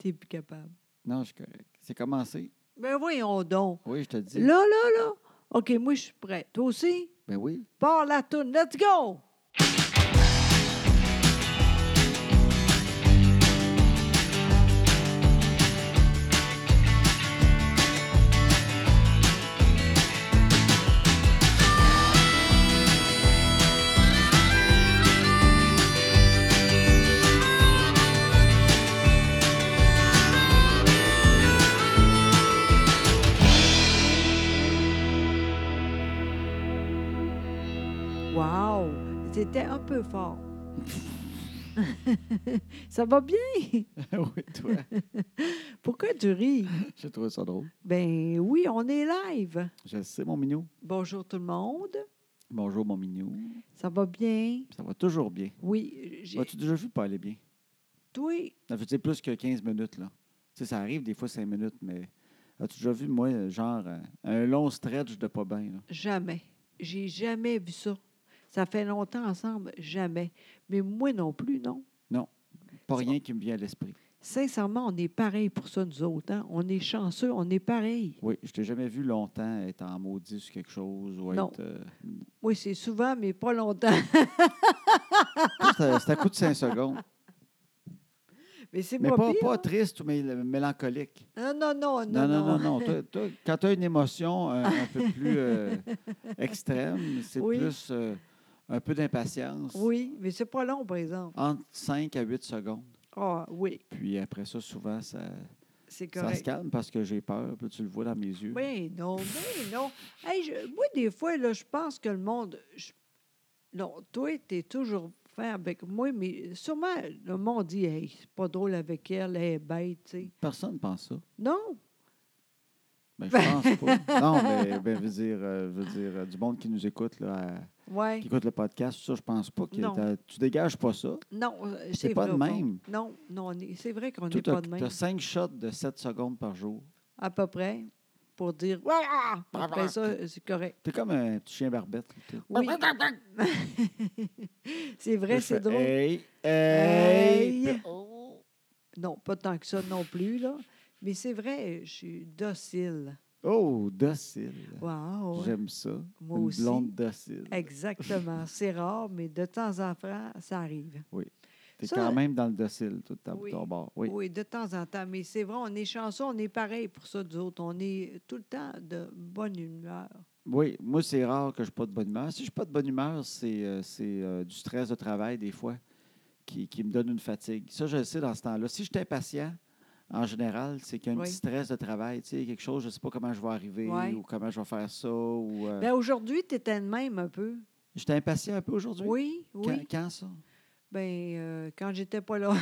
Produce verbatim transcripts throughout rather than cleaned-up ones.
T'es plus capable. Non, je suis correct. C'est commencé. Ben voyons donc. Oui, je te dis. Là, là, là. OK, moi, je suis prêt. Toi aussi? Ben oui. Pars la toune. Let's go! Wow! C'était un peu fort. Ça va bien? Oui, toi. Pourquoi tu ris? J'ai trouvé ça drôle. Ben oui, on est live. Je sais, mon minou. Bonjour tout le monde. Bonjour, mon minou. Ça va bien? Ça va toujours bien. Oui. j'ai- As-tu déjà vu pas aller bien? Toi, Ça veut dire plus que quinze minutes, là. Tu sais, ça arrive des fois cinq minutes, mais as-tu déjà vu, moi, genre, euh, un long stretch de pas bien, là? jamais. J'ai jamais vu ça. Ça fait longtemps ensemble, jamais. Mais moi non plus, non. Non. Pas Ça- rien qui me vient à l'esprit. Sincèrement, on est pareil pour ça, nous autres. Hein? On est chanceux, on est pareil. Oui, je t'ai jamais vu longtemps être en maudit sur quelque chose ou Non. être... euh, Oui, c'est souvent, mais pas longtemps. C'est c'est à coup de cinq secondes. Mais c'est Mais pas, pas, pire. pas hein? triste ou mé- mélancolique. Ah, non, non, non, Non, non, non, non. non. Toi, toi, quand tu as une émotion un, un peu plus euh, extrême, c'est Oui. plus euh, un peu d'impatience. Oui, mais c'est pas long, par exemple. Entre cinq à huit secondes. Ah, oui, Puis après ça, souvent, ça, c'est ça se correct. calme parce que j'ai peur. Puis tu le vois dans mes yeux. Oui, non, mais non. Hey, je- moi, des fois, là, je pense que le monde... je- Non, toi, tu es toujours fait avec moi, mais sûrement, le monde dit, hey, c'est pas drôle avec elle, elle est bête, tu sais. Personne ne pense ça. Non? Ben, je pense pas. Non, mais ben, je veux dire, euh, je veux dire euh, du monde qui nous écoute, là, à- Oui. qui écoute le podcast, ça, je pense pas que Non. t'as- tu dégages pas ça. Non, euh, C'est c'est pas vrai. de au fond. même. Non, non, on est- c'est vrai qu'on Tu n'est pas de as même. cinq shots de sept secondes par jour. À peu près, pour dire, voilà! Après ça, c'est correct. T'es comme un petit chien barbette. là, Oui. c'est t'es- vrai, Je c'est fais, drôle. Hey, hey, Hey. puis- oh. Non, pas tant que ça non plus, là. Mais c'est vrai, je suis docile. Oh, docile. Wow! J'aime ça. Moi Une aussi. blonde docile. Exactement. C'est rare, mais de temps en temps, ça arrive. T'es Ça- quand même dans le docile tout le temps, Oui. ton bord. Oui. Oui, de temps en temps. Mais c'est vrai, on est chanceux, on est pareil pour ça, nous autres. On est tout le temps de bonne humeur. Oui, moi, c'est rare que je ne suis pas de bonne humeur. Si je ne suis pas de bonne humeur, c'est euh, c'est, euh, du stress de travail, des fois, qui, qui me donne une fatigue. Ça, je le sais dans ce temps-là. Si je suis impatient, en général, c'est qu'il y a un Oui. petit stress de travail. Tu sais, quelque chose, je ne sais pas comment je vais arriver Oui. ou comment je vais faire ça. Ou, euh, Bien, aujourd'hui, tu étais de même un peu. J'étais impatient un peu aujourd'hui. Oui, Quand, oui. quand ça? Bien, euh, quand j'étais pas là.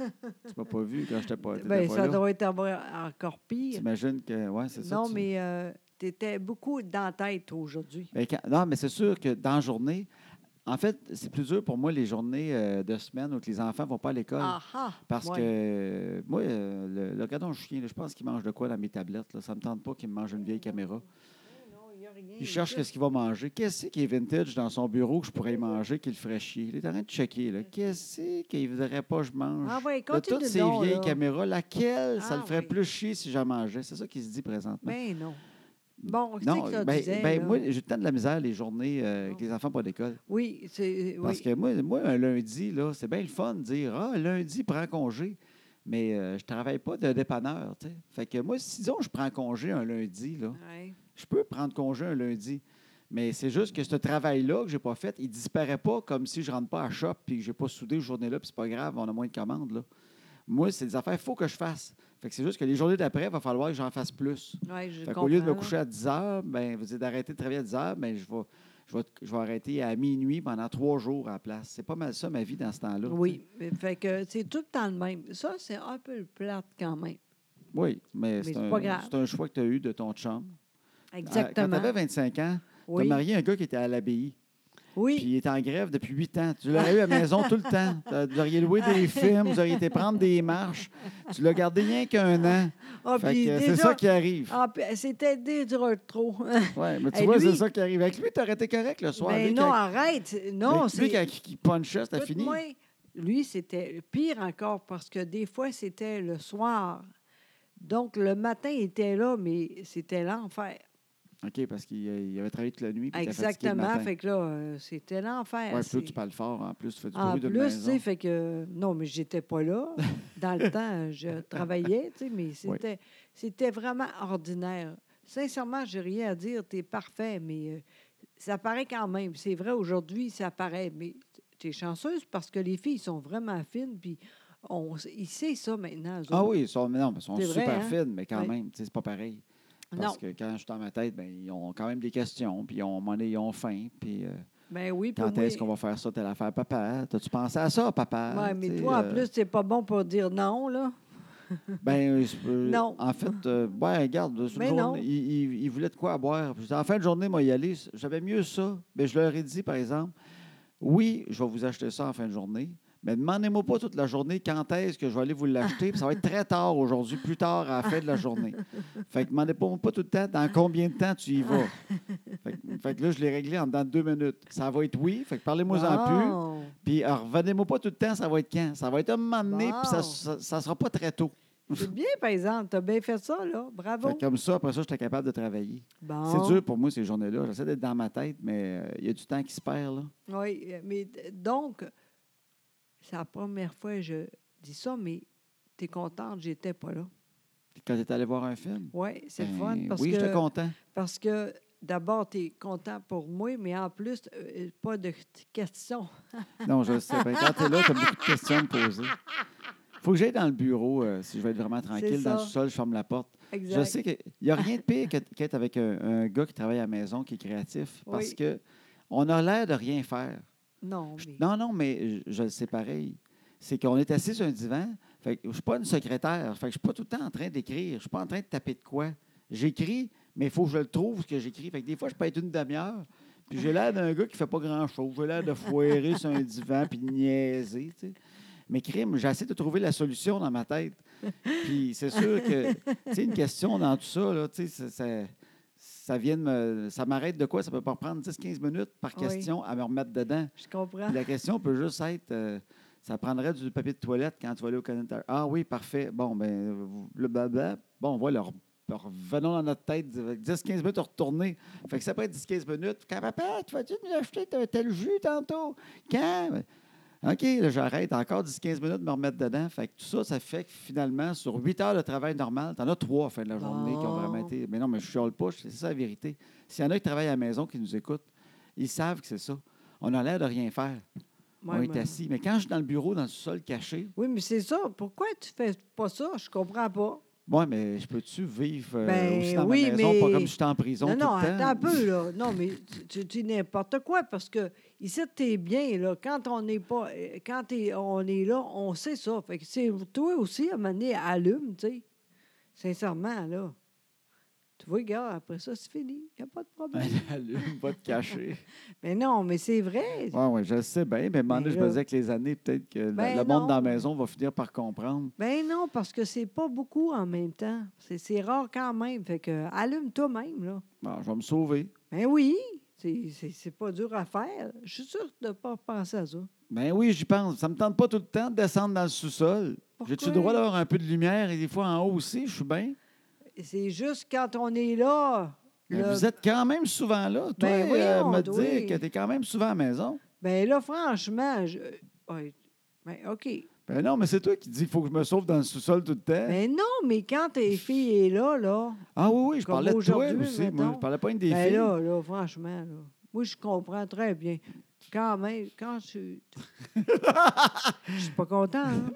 Tu m'as pas vu quand j'étais pas, t'étais Bien, pas ça là. doit être en- encore pire. T'imagines que... Oui, c'est ça. Non, tu- mais tu étais beaucoup dans la tête aujourd'hui. Ben, quand- non, mais c'est sûr que dans la journée, en fait, c'est plus dur pour moi les journées euh, de semaine où que les enfants ne vont pas à l'école. Ah ah! Parce Ouais. que euh, moi, euh, le, le gadon chien, là, je pense qu'il mange de quoi dans mes tablettes. Là. Ça ne me tente pas qu'il me mange une vieille caméra. Non, il y a rien. Il cherche Juste- ce qu'il va manger. Qu'est-ce qui est vintage dans son bureau que je pourrais manger qui le ferait chier? Il est en train de checker. là. Qu'est-ce qu'il ne voudrait pas que je mange? Ah oui, De continue toutes ces donc, vieilles là. caméras, laquelle ça Ah le ferait oui. plus chier si j'en mangeais? C'est ça qu'il se dit présentement. Ben non. Bon, c'est non, que ça ben, disait, ben, là. moi, j'ai tant de la misère les journées euh, avec Non. les enfants pas d'école. Oui, c'est... Parce Oui. que moi, moi, un lundi, là, c'est bien le fun de dire Ah, lundi, prends congé. Mais euh, je ne travaille pas de dépanneur. Tu sais. Fait que moi, si disons je prends congé un lundi, là, Ouais. je peux prendre congé un lundi. Mais c'est juste que ce travail-là que je n'ai pas fait, il ne disparaît pas comme si je ne rentre pas à shop et que je n'ai pas soudé cette journée-là, puis c'est pas grave, on a moins de commandes. Là. Moi, c'est des affaires qu'il faut que je fasse. Fait que c'est juste que les journées d'après, il va falloir que j'en fasse plus. Ouais, je Fait comprends. qu'au lieu de me là. coucher à dix heures, ben, vous dites d'arrêter de travailler à dix heures, ben, je vais, je, vais, je vais arrêter à minuit pendant trois jours à la place. C'est pas mal ça, ma vie, dans ce temps-là. Oui, mais fait que c'est tout le temps le même. Ça, c'est un peu plate quand même. t'sais. Oui, mais, Mais c'est c'est un, pas grave. c'est un choix que tu as eu de ton chum. Exactement. Quand tu avais vingt-cinq ans, tu oui. as marié un gars qui était à l'abbaye. Oui. Puis il est en grève depuis huit ans. Tu l'aurais eu à la maison tout le temps. T'as- Vous auriez loué des films, vous auriez été prendre des marches. Tu l'as gardé rien qu'un an. Ah, Fait puis que déjà- c'est ça qui arrive. Ah, puis c'était déjà trop. Ouais, mais tu Hey, vois, lui- c'est ça qui arrive. Avec lui, tu aurais été correct le soir. Mais Lui, non, quand- arrête. Non, Avec lui, c'est... quand il punchait, c'était fini. Écoute-moi, lui, c'était pire encore parce que des fois, c'était le soir. Donc, le matin, il était là, mais c'était l'enfer. OK, parce qu'il euh, il avait travaillé toute la nuit puis il était fatigué le Exactement. matin. Fait que là, euh, c'était l'enfer. Oui, puis toi, C'est- tu parles fort en plus, tu fais du En bruit de plus, tu maison. sais, fait que non, mais j'étais pas là. Dans le temps, je travaillais, tu sais, mais Oui. c'était c'était vraiment ordinaire. Sincèrement, j'ai rien à dire, tu es parfait, mais euh, ça paraît quand même. C'est vrai, aujourd'hui, ça paraît, mais tu es chanceuse parce que les filles sont vraiment fines, puis on, ils savent ça maintenant, eux Ah autres. oui, ils sont, mais non, mais ils sont C'est vrai, super hein? fines, mais quand Oui. même, tu sais, c'est pas pareil. Non. Parce que quand je suis dans ma tête, ben, ils ont quand même des questions, puis ils ont, à un moment donné, ils ont faim, puis euh, Ben oui, pour quand moi. est-ce qu'on va faire ça, telle affaire, papa? T'as-tu pensé à ça, papa? Ouais, mais Tu sais, toi, en euh, plus, c'est pas bon pour dire non, là. ben, euh, je peux- Non. en fait, euh, ouais, regarde, c'est une Mais journée, non. ils, ils- ils voulaient de quoi à boire. Puis, en fin de journée, moi, y aller, j'avais mieux ça. Ben, je leur ai dit, par exemple, oui, je vais vous acheter ça en fin de journée, mais demandez-moi pas toute la journée quand est-ce que je vais aller vous l'acheter, puis ça va être très tard aujourd'hui, plus tard à la fin de la journée. Fait que demandez pas, pas tout le temps dans combien de temps tu y vas. Fait que, fait que là, je l'ai réglé en dedans de deux minutes. Ça va être oui, fait que parlez-moi-en plus, Bon. puis euh, revenez-moi pas tout le temps, ça va être quand? Ça va être un moment donné, puis ça, Bon. ça, ça sera pas très tôt. C'est bien, par exemple. Tu as bien fait ça, là. Fait Bravo. que comme ça, après ça, j'étais capable de travailler. Bon. C'est dur pour moi, ces journées-là. J'essaie d'être dans ma tête, mais euh, il y a du temps qui se perd, là. Oui, euh, mais d- donc, c'est la première fois que je dis ça, mais tu es contente, j'étais pas là. Quand tu es allé voir un film? Oui, c'est le Ben, fun parce oui, j'étais que, content. parce que d'abord, tu es content pour moi, mais en plus, euh, pas de questions. Non, je sais. Ben, quand tu es là, tu as beaucoup de questions à me poser. Faut que j'aille dans le bureau euh, si je veux être vraiment tranquille. Dans le ça. sous-sol, je ferme la porte. Je Exact. sais qu'il n'y a rien de pire que- qu'être avec un, un gars qui travaille à la maison, qui est créatif, parce Oui. que on a l'air de rien faire. Non, Je- mais. non, non, mais je, je le sais pareil. C'est qu'on est assis sur un divan. Fait que je ne suis pas une secrétaire. Fait que je ne suis pas tout le temps en train d'écrire. Je ne suis pas en train de taper de quoi. J'écris, mais il faut que je le trouve, ce que j'écris. Fait que des fois, je peux être une demi-heure. Puis j'ai l'air d'un gars qui ne fait pas grand-chose. J'ai l'air de foirer sur un divan puis de niaiser. Tu sais. Mais crime, j'essaie de trouver la solution dans ma tête. Puis c'est sûr que, tu sais, une question dans tout ça, là, tu sais, ça, ça, ça vient de me. Ça m'arrête de quoi? Ça peut pas prendre dix quinze minutes par Oui. question à me remettre dedans. Je comprends. Puis la question peut juste être euh, ça prendrait du papier de toilette quand tu vas aller au Canada. Ah oui, parfait. Bon, ben, vous- le blabla. Bon, voilà. re- Revenons dans notre tête, dix quinze minutes à retourner. Fait que ça peut être dix quinze minutes. Quand papa, tu vas-tu nous acheter tel tel jus tantôt? Quand? Ben, OK, là, j'arrête. Encore dix quinze minutes de me remettre dedans. Fait que tout ça, ça fait que finalement, sur huit heures de travail normal, tu en as trois à la fin de la journée qui ont vraiment Bon. été. Mais non, mais je ne chiale pas, c'est ça la vérité. S'il y en a qui travaillent à la maison, qui nous écoutent, ils savent que c'est ça. On a l'air de rien faire. Ouais, On est mais- assis. Mais quand je suis dans le bureau, dans le sol caché, Oui, mais c'est ça. Pourquoi tu fais pas ça? Je comprends pas. bon, mais je peux-tu vivre euh, Ben aussi dans oui, ma maison, mais- pas comme si j'étais en prison Non, tout non, le temps? attends un peu, là. Non, mais tu, tu dis n'importe quoi parce que ici, t'es bien, là. Quand on n'est pas. euh, Quand t'es- on est là, on sait ça. Fait que c'est toi aussi, à un moment donné, allume, tu sais. Sincèrement, là. Tu vois, gars, après ça, c'est fini. Il n'y a pas de problème. Allume, pas de cacher. Mais non, mais c'est vrai. Oui, oui, je le sais bien. Mais à un moment donné, Ben je me là. disais que les années, peut-être que le- Ben le monde dans la non. maison va finir par comprendre. Ben non, parce que c'est pas beaucoup en même temps. C'est c'est rare quand même. Fait que allume toi-même, là. Bon, je vais me sauver. Ben oui. C'est- C'est c'est pas dur à faire. Je suis sûre de ne pas penser à ça. Ben oui, j'y pense. Ça me tente pas tout le temps de descendre dans le sous-sol. J'ai-tu le Pourquoi? droit d'avoir un peu de lumière et des fois en haut aussi, je suis bien? C'est juste quand on est là. Ben, là- vous êtes quand même souvent là. Toi, Ben euh, voyons, me oui. dire que tu es quand même souvent à la maison. Ben là, franchement, je... ouais, ben OK. Ben non, mais c'est toi qui dis qu'il faut que je me sauve dans le sous-sol tout le temps. Ben non, mais quand tes filles est là, là, ah oui, oui, je comme parlais de toi aujourd'hui, aussi. Moi, mettons. je parlais pas une des ben filles. là, là, franchement, là, moi, je comprends très bien. Quand même, quand tu... Je suis pas contente.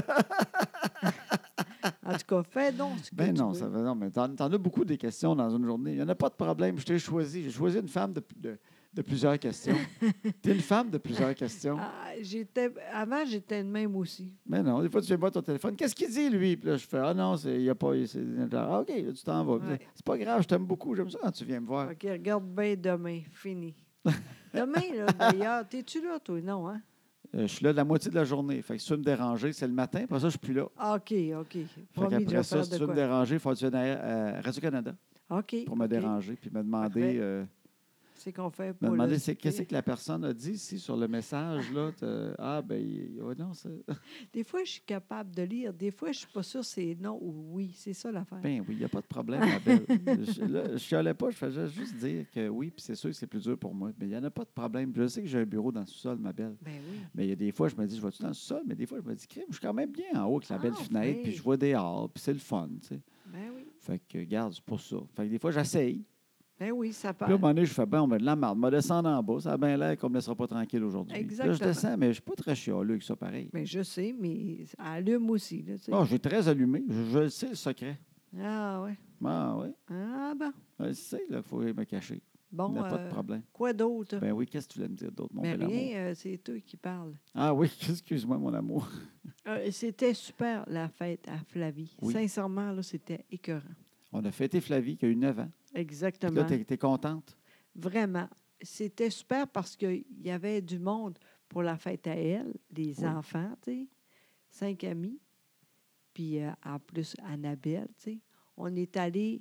En tout cas, fais donc ce que Ben tu non, veux. ça, non, mais t'en, t'en as beaucoup des questions dans une journée. Il n'y en a pas de problème. Je t'ai choisi. J'ai choisi une femme de, de, de plusieurs questions. Tu es une femme de plusieurs questions. Ah, j'étais... Avant, j'étais de même aussi. Mais non, des fois, tu viens voir ton téléphone. Qu'est-ce qu'il dit, lui? Puis là, je fais, ah non, c'est- il n'y a pas. c'est- Ah, OK, là, tu t'en vas. Ouais. C'est pas grave, je t'aime beaucoup. J'aime ça quand tu viens me voir. OK, regarde bien demain. Fini. Demain, là, d'ailleurs, t'es-tu là, toi? Non, hein? Euh, je suis là la moitié de la journée. Fait que si tu veux me déranger, c'est le matin. Après ça, je suis plus là. OK, OK. Fait Promis, je qu'après vais ça, faire si de tu veux me quoi. déranger, il faut que tu viennes à, à Radio-Canada OK. pour me OK. déranger puis me demander Parfait. euh, C'est qu'on fait Je me pour le demandais c'est- souper. qu'est-ce que la personne a dit ici sur le message. Là, t'as- ah, ben, il- ouais, non, c'est... Des fois, je suis capable de lire. Des fois, je suis pas sûre c'est non ou oui. C'est ça l'affaire. Ben oui, il n'y a pas de problème, ma belle. Je, là, je chialais pas, je faisais juste dire que oui, puis c'est sûr que c'est plus dur pour moi. Mais il n'y en a pas de problème. Je sais que j'ai un bureau dans le sous-sol, ma belle. Ben oui. Mais il y a des fois, je me dis, je vais-tu dans le sous-sol? Mais des fois, je me dis, crime, je suis quand même bien en haut avec la belle Ah, fenêtre, puis oui. je vois dehors, puis c'est le fun, tu sais. Ben oui. Fait que, regarde, c'est pour ça. Fait que des fois, j'essaye. Ben oui, ça Puis là, à un part. moment donné, je fais, ben, on met de la marde. Je vais descendre en bas. Ça a bien l'air qu'on ne me laissera pas tranquille aujourd'hui. Puis là, je Exactement. descends, mais je ne suis pas très chialeux avec ça, pareil. Ben je sais, mais ça allume aussi. Là, tu sais. Bon, j'ai très allumé. Je, je le sais, le secret. Ah ouais. Ah, oui. Ah ben. Je le sais, il faut me cacher. Il Bon, n'y a pas de euh, problème. quoi d'autre? Ben oui, qu'est-ce que tu voulais me dire d'autre, mon Mais bel amour? rien, euh, c'est toi qui parles. Ah oui, excuse-moi, mon amour. Euh, c'était super, la fête à Flavie. Oui. Sincèrement, là, c'était écœurant. On a fêté Flavie qui a eu neuf ans. Puis Exactement. là, t'es, t'es contente? Vraiment. C'était super parce qu'il y avait du monde pour la fête à elle, des Oui. enfants, tu sais, cinq amis. Puis euh, en plus, Annabelle, tu sais. On est allé.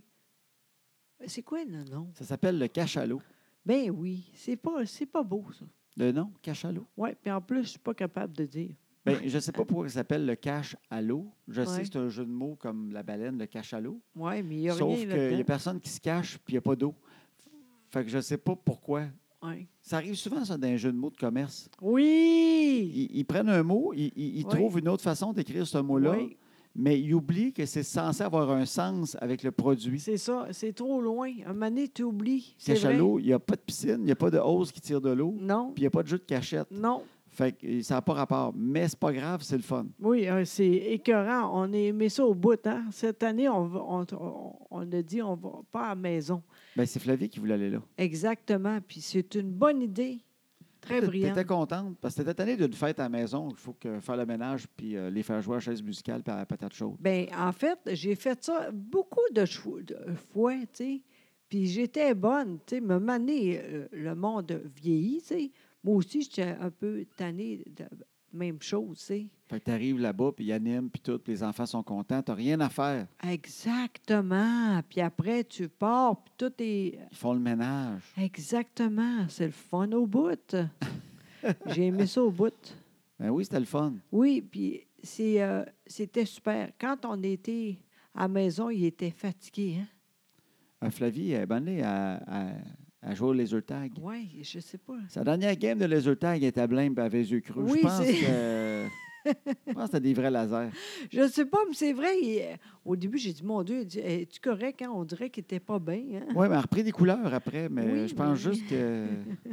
C'est quoi le nom? Ça s'appelle le cachalot. Ben oui, c'est pas, c'est pas beau, ça. Le nom, cachalot? Oui, puis en plus, je suis pas capable de dire. Ben, je ne sais pas pourquoi ça s'appelle le cache à l'eau. Je sais Ouais. que c'est un jeu de mots comme la baleine, le cache à l'eau. Oui, mais il n'y a Sauf rien qu'il n'y a là-dedans. personne qui se cache puis il n'y a pas d'eau. Fait que je ne sais pas pourquoi. Ouais. Ça arrive souvent, ça, dans un jeu de mots de commerce. Oui! Ils, ils prennent un mot, ils, ils- ils Oui. trouvent une autre façon d'écrire ce mot-là, Oui, mais ils oublient que c'est censé avoir un sens avec le produit. c'est ça. C'est trop loin. Un moment donné, tu oublies. C'est vrai. Cachalot, il n'y a pas de piscine, il n'y a pas de hausse qui tire de l'eau, Non, puis il n'y a pas de jeu de cachette. non. Fait que ça n'a pas rapport. Mais c'est pas grave, c'est le fun. Oui, euh, c'est écœurant. On a aimé ça au bout. Hein? Cette année, on, va- on, on- on a dit on va pas à la maison. Ben, c'est Flavie qui voulait aller là. Exactement. Puis c'est une bonne idée. Très Tu brillante. étais contente parce que tu étais tannée d'une fête à la maison. Il faut que faire le ménage puis euh, les faire jouer à la chaise musicale puis à la patate chaude. Bien, en fait, j'ai fait ça beaucoup de, chou- de fois, tu sais. Puis j'étais bonne, tu sais. Me maner, euh, le monde vieillit, tu sais. Moi aussi, j'étais un peu tannée de même chose, tu sais. Fait que tu arrives là-bas puis ils animent puis tout, puis les enfants sont contents. Tu n'as rien à faire. Exactement. Puis après, tu pars, puis tout est... Ils font le ménage. Exactement. C'est le fun au bout. J'ai aimé ça au bout. Ben oui, c'était le fun. Oui, puis c'est, euh, c'était super. Quand on était à la maison, il était fatigué, hein? Euh, Flavie, elle est bonne à, à, à jouer au laser tag. Oui, je sais pas. Sa dernière game de laser tag, elle était blême et avait les yeux creux. Oui, je pense c'est- que. Je pense que c'était des vrais lasers. Je sais pas, mais c'est vrai. il- au début, j'ai dit, mon Dieu, es-tu correct? Hein? On dirait qu'il n'était pas bien. Hein? Oui, mais elle a repris des couleurs après, mais Oui, je pense mais- juste que.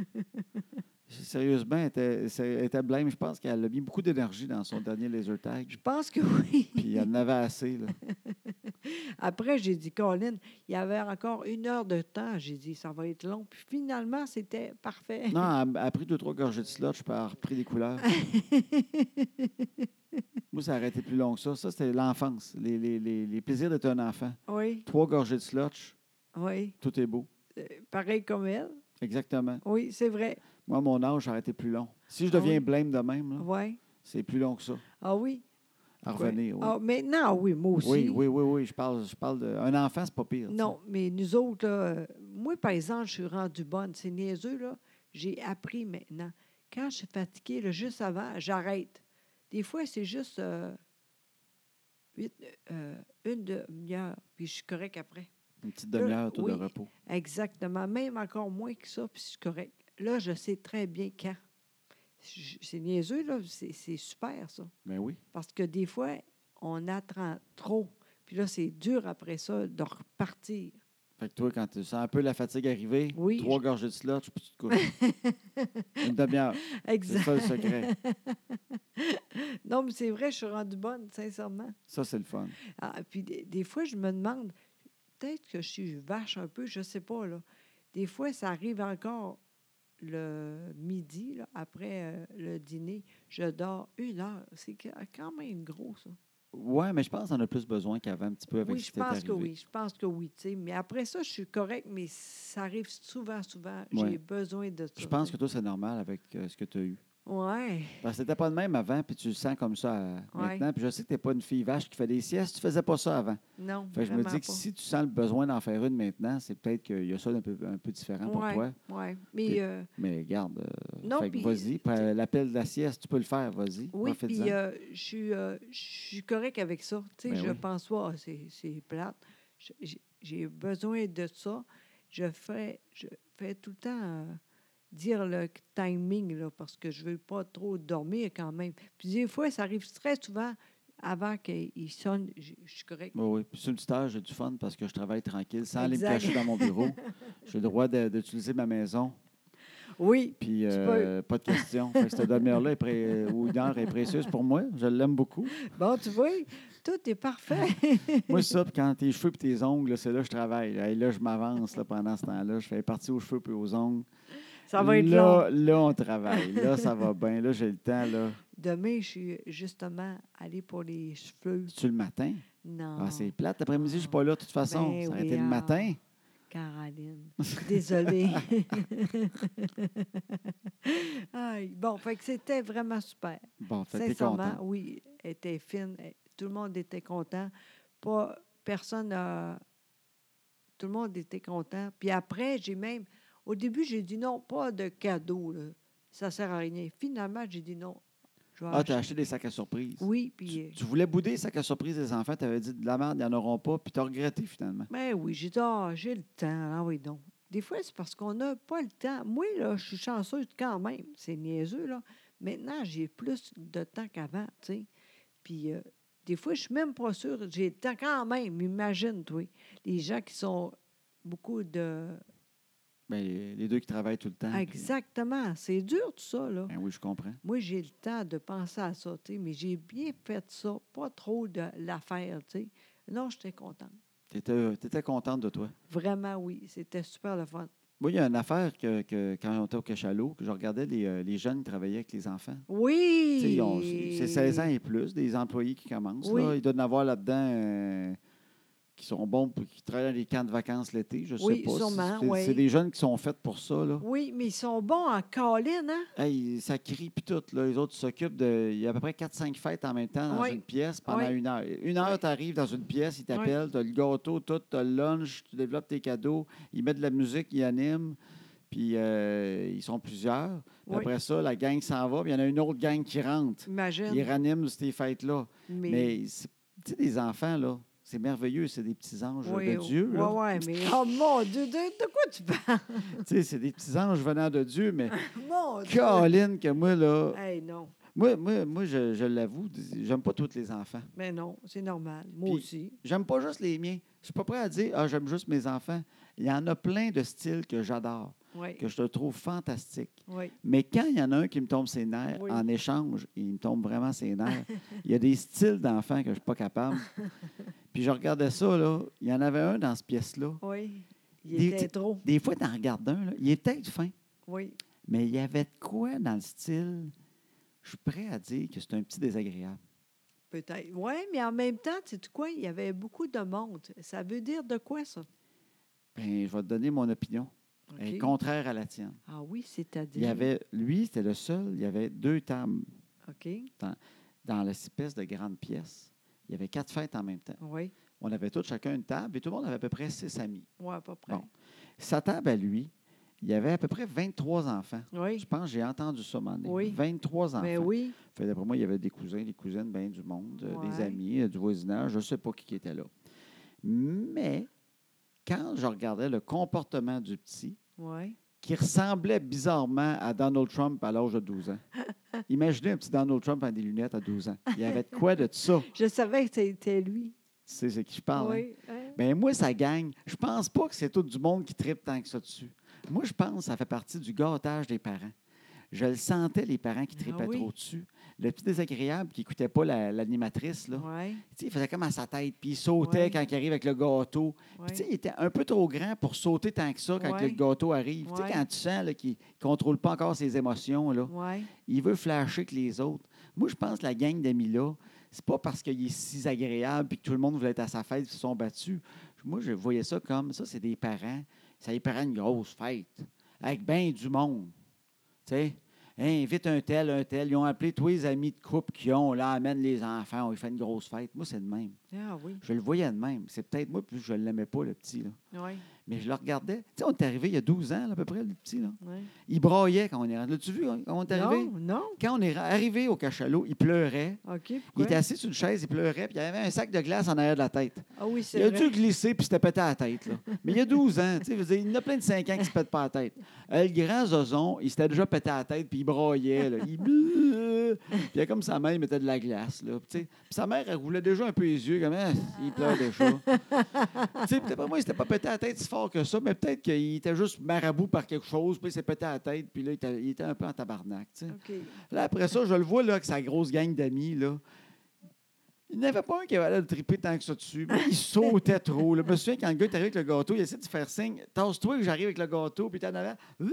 Sérieusement, elle était, c'est- elle était blême. Je pense qu'elle a mis beaucoup d'énergie dans son dernier laser tag. Je pense que oui. Puis elle en avait assez. Là. Après, j'ai dit, Colin, il y avait encore une heure de temps. J'ai dit, ça va être long. Puis finalement, c'était parfait. Non, elle, a- elle a pris deux, trois gorgées de slotch, puis elle a repris des couleurs. Moi, ça aurait été plus long que ça. Ça, c'était l'enfance. Les, les, les, les plaisirs d'être un enfant. Oui, Trois gorgées de slotch, oui. tout est beau. Euh, Pareil comme elle. Exactement. Oui, c'est vrai. Moi, à mon âge, ça aurait été plus long. Si je Ah deviens oui? blême de même, là, Oui. c'est plus long que ça. Ah oui? À revenir, oui. Ah, maintenant, oui, moi aussi. Oui, oui, oui, oui. Je parle, je parle de. Un enfant, c'est pas pire. tu sais. Non, mais nous autres, là, euh, moi, par exemple, je suis rendue bonne. C'est niaiseux, là. J'ai appris maintenant. Quand je suis fatiguée, là, juste avant, j'arrête. Des fois, c'est juste euh, huit, euh, une demi-heure, puis je suis correct après. Une petite demi-heure, tout oui. de repos. Exactement. Même encore moins que ça, puis je suis correct. Là, je sais très bien quand. Je- C'est niaiseux, là. C'est c'est super, ça. Ben oui. Parce que des fois, on attend trop. Puis là, c'est dur après ça de repartir. Fait que toi, quand tu sens un peu la fatigue arriver, Oui, trois je- gorgées de slotch, puis tu te couches. Une demi-heure. C'est Exact. ça le secret. Non, mais c'est vrai, je suis rendue bonne, sincèrement. Ça, c'est le fun. Ah, puis des, des fois, je me demande, peut-être que je suis vache un peu, je ne sais pas, là. Des fois, ça arrive encore le midi, là, après euh, le dîner. Je dors une heure. C'est que- quand même gros, ça. Oui, mais je pense qu'on a plus besoin qu'avant, un petit peu, avec Oui, ce je qui t'est pense que arrivé. oui. Je pense que oui, tu sais. Mais après ça, je suis correcte, mais ça arrive souvent, souvent. Ouais. J'ai besoin de ça. Je pense tu que sais. toi, c'est normal avec euh, ce que tu as eu. Ouais. Parce que c'était pas de même avant, puis tu le sens comme ça euh, Ouais. maintenant. Puis je sais que tu n'es pas une fille vache qui fait des siestes. Tu faisais pas ça avant. Non, Fait que je me vraiment dis que pas. si tu sens le besoin d'en faire une maintenant, c'est peut-être qu'il y a ça d'un peu, un peu différent pour Ouais, toi. ouais. Mais Puis- euh, mais regarde, euh, non, fait que puis vas-y. Puis, tu- euh, l'appel de la sieste, tu peux le faire, vas-y. oui, Profite-en. puis euh, je suis euh, je suis correct avec ça. Tu sais, Ben je oui. pense pas, ah, c'est c'est plate. Je- J'ai j'ai besoin de ça. Je fais je fais tout le temps euh, dire le timing là, parce que je veux pas trop dormir quand même. Puis des fois, ça arrive très souvent avant qu'il sonne. Je je suis correct. Oui, oui. Puis sur le petit heure, j'ai du fun parce que je travaille tranquille, sans aller me Exact. cacher dans mon bureau. J'ai le droit de- d'utiliser ma maison. Oui, Puis tu peux. euh, pas de question. Fait que cette demi-heure-là est pré- ou une heure est précieuse pour moi. Je l'aime beaucoup. Bon, tu vois, tout est parfait. Moi, c'est ça, puis quand tes cheveux et tes ongles, là, c'est là que je travaille. Là, Et là, je m'avance là, pendant ce temps-là. Je fais partie aux cheveux puis aux ongles. Ça va être long. Là, là, on travaille. Là, ça va bien. Là, j'ai le temps. Là. Demain, je suis justement allée pour les cheveux. C'est-tu le matin? Non. Ah, c'est plate. L'après-midi, je ne suis pas là de toute façon. Ben Ça aurait oui, été le ah, matin. Caroline. Désolée. Aïe. Bon, fait que c'était vraiment super. Bon, fait que t'es Sincèrement, content. oui, elle était fine. Elle- Tout le monde était content. Pas personne n'a- Tout le monde était content. Puis après, j'ai même. Au début, j'ai dit non, pas de cadeau. Là. Ça ne sert à rien. Finalement, j'ai dit non. Je vais Ah, tu as acheter. acheté des sacs à surprise. Oui, Tu, puis. euh, tu voulais bouder les sacs à surprise des enfants. Tu avais dit de la merde, ils n'en auront pas. Puis tu as regretté finalement. Ben oui, j'ai dit, ah, j'ai le temps. Ah oui, donc. Des fois, c'est parce qu'on n'a pas le temps. Moi, là, je suis chanceuse quand même. C'est niaiseux, là. Maintenant, j'ai plus de temps qu'avant, tu sais. Puis, euh, des fois, je suis même pas sûre. J'ai le temps quand même. Imagine, toi. Les gens qui sont beaucoup de. Ben, les les deux qui travaillent tout le temps. puis- Exactement. C'est dur, tout ça, là. Ben oui, je comprends. Moi, j'ai le temps de penser à ça, tu sais. Mais j'ai bien fait ça. Pas trop de l'affaire, tu sais. Non, j'étais contente. Tu étais contente de toi. Vraiment, oui. C'était super le fun. Moi, il y a une affaire que, que quand on était au Cachalot, que je regardais les, euh, les jeunes qui travaillaient avec les enfants. Tu sais, ils ont- c'est seize ans Oui! et plus, des employés qui commencent. Oui. Là. Ils doivent en avoir là-dedans euh, qui sont bons, pour, qui travaillent dans les camps de vacances l'été. Je ne sais Oui, pas. sûrement, C'est oui. c'est des jeunes qui sont faits pour ça. Là. Oui, mais ils sont bons en câline, hein? Hey, ça crie puis tout. Là. Les autres s'occupent de. Il y a à peu près quatre cinq fêtes en même temps dans Oui. une pièce pendant Oui. une heure. Une heure, Oui. tu arrives dans une pièce, ils t'appellent, tu as le gâteau, tout, tu as le lunch, tu développes tes cadeaux, ils mettent de la musique, ils animent, puis euh, ils sont plusieurs. Puis Oui. après ça, la gang s'en va, puis il y en a une autre gang qui rentre. Ils Imagine. raniment ces fêtes-là. Mais, Mais, c'est- tu sais, des enfants, là, c'est merveilleux, c'est des petits anges oui, de Dieu. Là. Oui, oui, mais oh mon Dieu, de, de quoi tu parles? Tu sais, c'est des petits anges venant de Dieu, mais Mon Dieu! Caroline, que moi, là, Hey, non. moi, moi, moi je, je l'avoue, j'aime pas tous les enfants. Mais non, c'est normal. Moi Puis- aussi. J'aime pas juste les miens. Je suis pas prêt à dire, ah, j'aime juste mes enfants. Il y en a plein de styles que j'adore, Oui. que je trouve fantastiques. Oui. Mais quand il y en a un qui me tombe ses nerfs, Oui. en échange, il me tombe vraiment ses nerfs. Il y a des styles d'enfants que je ne suis pas capable. Puis je regardais ça, là. Il y en avait un dans cette pièce-là. Oui. Il Des- était trop. Des fois, tu en regardes un, là, il est peut-être fin, Oui. mais il y avait de quoi dans le style. Je suis prêt à dire que c'est un petit désagréable. Peut-être. Oui, mais en même temps, tu sais quoi? Il y avait beaucoup de monde. Ça veut dire de quoi, ça? Bien, je vais te donner mon opinion. Elle est OK. contraire à la tienne. Ah oui, c'est-à-dire. Il y avait, lui, c'était le seul, il y avait deux tables OK. dans l'espèce de grande pièce. Il y avait quatre fêtes en même temps. Oui. On avait tous chacun une table et tout le monde avait à peu près six amis. Oui, à peu près. Bon. Sa table à lui, il y avait à peu près vingt-trois enfants. Oui. Je pense que j'ai entendu ça, man. Oui. vingt-trois enfants. Mais oui. Fait, d'après moi, il y avait des cousins, des cousines, ben, du monde, euh, des Ouais. amis, euh, du voisinage. Je ne sais pas qui qui était là. Mais quand je regardais le comportement du petit, Oui. qui ressemblait bizarrement à Donald Trump à l'âge de douze ans. Imaginez un petit Donald Trump avec des lunettes à douze ans. Il y avait de quoi de ça? Je savais que c'était lui. Tu sais, c'est qui je parle. Hein? Oui. hein? Ben moi, ça gagne. Je pense pas que c'est tout du monde qui tripe tant que ça dessus. Moi, je pense que ça fait partie du gâtage des parents. Je le sentais, les parents qui Ah tripaient oui? trop dessus. Le petit désagréable qui n'écoutait pas la- l'animatrice, là. Oui. Tu sais, il faisait comme à sa tête, puis il sautait Ouais. quand il arrive avec le gâteau. Puis, tu sais, il était un peu trop grand pour sauter tant que ça quand Ouais. le gâteau arrive. Tu sais, Ouais. quand tu sens là, qu'il ne contrôle pas encore ses émotions, là, Oui. il veut flasher que les autres. Moi, je pense que la gang d'amis-là, c'est pas parce qu'il est si agréable et que tout le monde voulait être à sa fête et se sont battus. Moi, je voyais ça comme ça, c'est des parents. Ça les parents une grosse fête avec bien du monde. Tu sais, Hey, invite un tel, un tel. Ils ont appelé tous les amis de couple qui ont, là, amène les enfants, on lui fait une grosse fête. Moi, c'est de même. Ah oui. Je le voyais de même. C'est peut-être moi, puis je ne l'aimais pas, le petit, là. Oui. Mais je le regardais. Tu sais, on est arrivé il y a douze ans, là, à peu près, le petit, là. Oui. Il braillait quand on est rentré. L'as-tu vu quand on est arrivé? Non, non. Quand on est arrivé au cachalot, il pleurait. OK, Il pourquoi? était assis sur une chaise, il pleurait, puis il y avait un sac de glace en arrière de la tête. Ah oui, Il c'est a vrai. dû glisser puis s'était pété à la tête. Là. Mais il y a douze ans, tu sais, je veux dire, il y en a plein de cinq ans qui ne se pètent pas à la tête. Euh, le grand Zozon, il s'était déjà pété à la tête puis il braillait. Là. Il... Puis il y a comme sa mère, il mettait de la glace. Là. Puis, puis sa mère, elle roulait déjà un peu les yeux, comme ah, il pleure déjà. Tu sais, peut-être pas moi, il s'était pas pété à la tête si fort que ça, mais peut-être qu'il était juste marabout par quelque chose, puis il s'est pété à la tête, puis là, il était, il était un peu en tabarnak. Tu sais. OK. Là, après ça, je le vois là, avec sa grosse gang d'amis. Là. Il n'y en avait pas un qui avait le triper tant que ça dessus. Mais il sautait trop. Là. Je me souviens, quand le gars est arrivé avec le gâteau, il essayait de faire signe. Tasse-toi que j'arrive avec le gâteau. Puis il était en avant.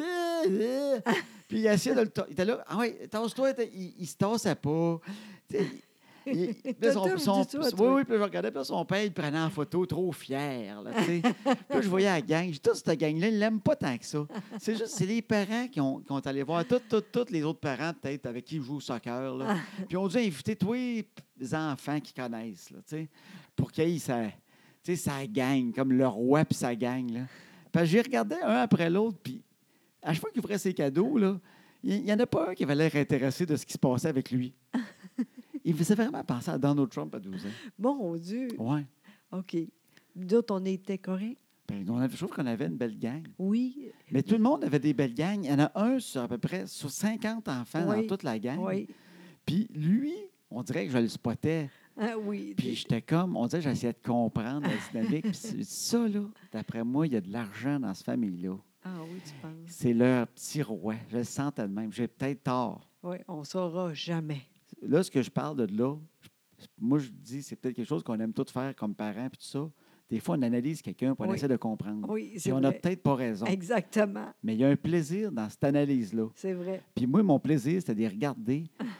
Puis il essayait de le. Il était là. Ah ouais, tasse-toi. Il, il se tassait pas. Tu sais, il, il, puis là, son, son, ça, oui, oui, puis là, je regardais, puis là, son père, il le prenait en photo, trop fier, là, tu sais. Puis là, je voyais la gang. Toute cette gang-là, ils ne l'aiment pas tant que ça. C'est juste, c'est les parents qui ont, qui ont allé voir tous tout, tout les autres parents, peut-être, avec qui ils jouent au soccer, là. Puis on dû inviter tous les enfants qu'ils connaissent, là, tu sais, pour qu'ils ça, tu sais, ça gagne, comme le roi puis ça gagne, là. Puis j'ai regardé un après l'autre, puis à chaque fois qu'il ouvrait ses cadeaux, là, il n'y en a pas un qui avait l'air intéressé de ce qui se passait avec lui. Il faisait vraiment penser à Donald Trump à douze ans. Mon Dieu. Oui. OK. D'autres, on était corrects? Ben, on avait, je trouve qu'on avait une belle gang. Oui. Mais tout le monde avait des belles gangs. Il y en a un sur à peu près sur cinquante enfants Oui. dans toute la gang. Oui. Puis lui, on dirait que je le spottais. Ah oui. Puis j'étais comme, on dirait que j'essayais de comprendre la dynamique. Puis c'est- ça, là, d'après moi, il y a de l'argent dans cette famille-là. Ah oui, tu penses? C'est leur petit roi. Je le sentais de même. J'ai peut-être tort. Oui, on ne saura jamais. Là, ce que je parle de là, moi, je dis, c'est peut-être quelque chose qu'on aime tous faire comme parents, puis tout ça. Des fois, on analyse quelqu'un, puis on Oui. essaie de comprendre. Oui, Puis c'est on n'a vrai. peut-être pas raison. Exactement. Mais il y a un plaisir dans cette analyse-là. C'est vrai. Puis moi, mon plaisir, c'était de les regarder.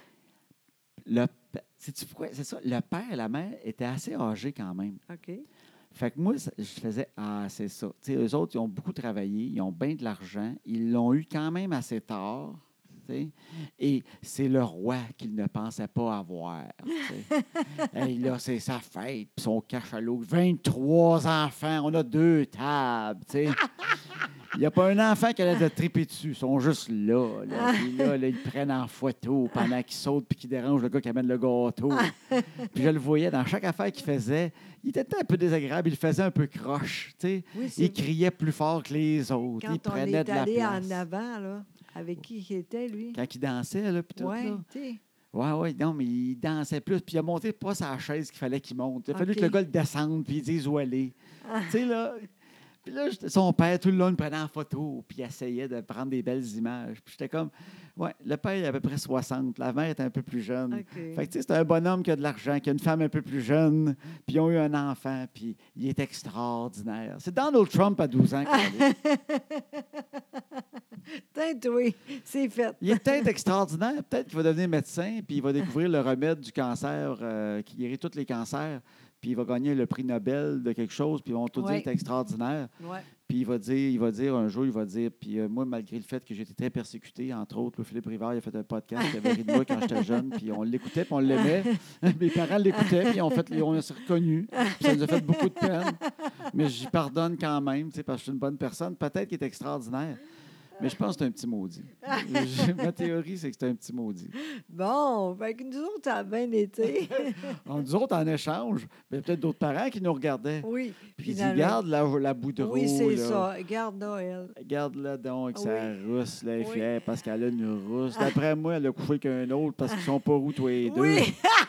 Le, p- sais-tu pourquoi? C'est ça. Le père et la mère étaient assez âgés quand même. OK. Fait que moi, ça- je faisais, ah, c'est ça. Tu sais, eux autres, ils ont beaucoup travaillé, ils ont bien de l'argent, ils l'ont eu quand même assez tard. Tu sais. Et c'est le roi qu'il ne pensait pas avoir. Tu sais. Hey, là, c'est sa fête, puis son cachalot. vingt-trois enfants, on a deux tables. Tu sais. Il n'y a pas un enfant qui allait te triper dessus. Ils sont juste là. là. Puis là, là, ils le prennent en photo pendant qu'ils sautent puis qu'ils dérangent le gars qui amène le gâteau. Puis je le voyais dans chaque affaire qu'il faisait. Il était un peu désagréable. Il le faisait un peu croche. Tu sais. Oui, c'est Il criait plus fort que les autres. il quand on prenait est de la allé place. en avant, là, avec qui il était, lui? Quand il dansait, là, puis tout, Oui, là. tu sais. Oui, oui, non, mais il dansait plus. Puis il a monté pas sa chaise qu'il fallait qu'il monte. Il a fallu OK. que le gars le descende puis il dise où aller. Tu sais, là. Puis là, j'étais- son père, tout le long, il me prenait en photo, puis il essayait de prendre des belles images. Puis j'étais comme, ouais, le père, il a à peu près soixante. La mère était un peu plus jeune. OK. Fait que, tu sais, c'est un bonhomme qui a de l'argent, qui a une femme un peu plus jeune, puis ils ont eu un enfant, puis il est extraordinaire. C'est Donald Trump à douze ans. Colin. Peut-être, oui, c'est fait. Il est peut-être extraordinaire. Peut-être qu'il va devenir médecin, puis il va découvrir le remède du cancer euh, qui guérit tous les cancers, puis il va gagner le prix Nobel de quelque chose, puis ils vont tout Ouais. dire que c'est extraordinaire. Ouais. Puis il va dire, il va dire un jour, il va dire, puis euh, moi, malgré le fait que j'étais très persécuté, entre autres, là, Philippe Rivard, il a fait un podcast, il avait ri de moi quand j'étais jeune, puis on l'écoutait, puis on l'aimait. Mes parents l'écoutaient, puis on, fait, on s'est reconnus. Puis ça nous a fait beaucoup de peine. Mais j'y pardonne quand même, tu sais, parce que je suis une bonne personne. Peut-être qu'il est extraordinaire. Mais je pense que c'est un petit maudit. J'ai- Ma théorie, c'est que c'est un petit maudit. Bon, fait que nous autres, ça a bien été. On, nous autres, en échange, il y a peut-être d'autres parents qui nous regardaient. Oui. Puis ils disent, finalement. garde la, la boudreau. Oui, c'est là. ça. Garde Noël. Garde-la donc, Oui. sa rousse, là, elle est Oui. fière parce qu'elle a une rousse. D'après moi, elle a couché qu'un autre parce qu'ils sont pas roux, tous les deux. Oui.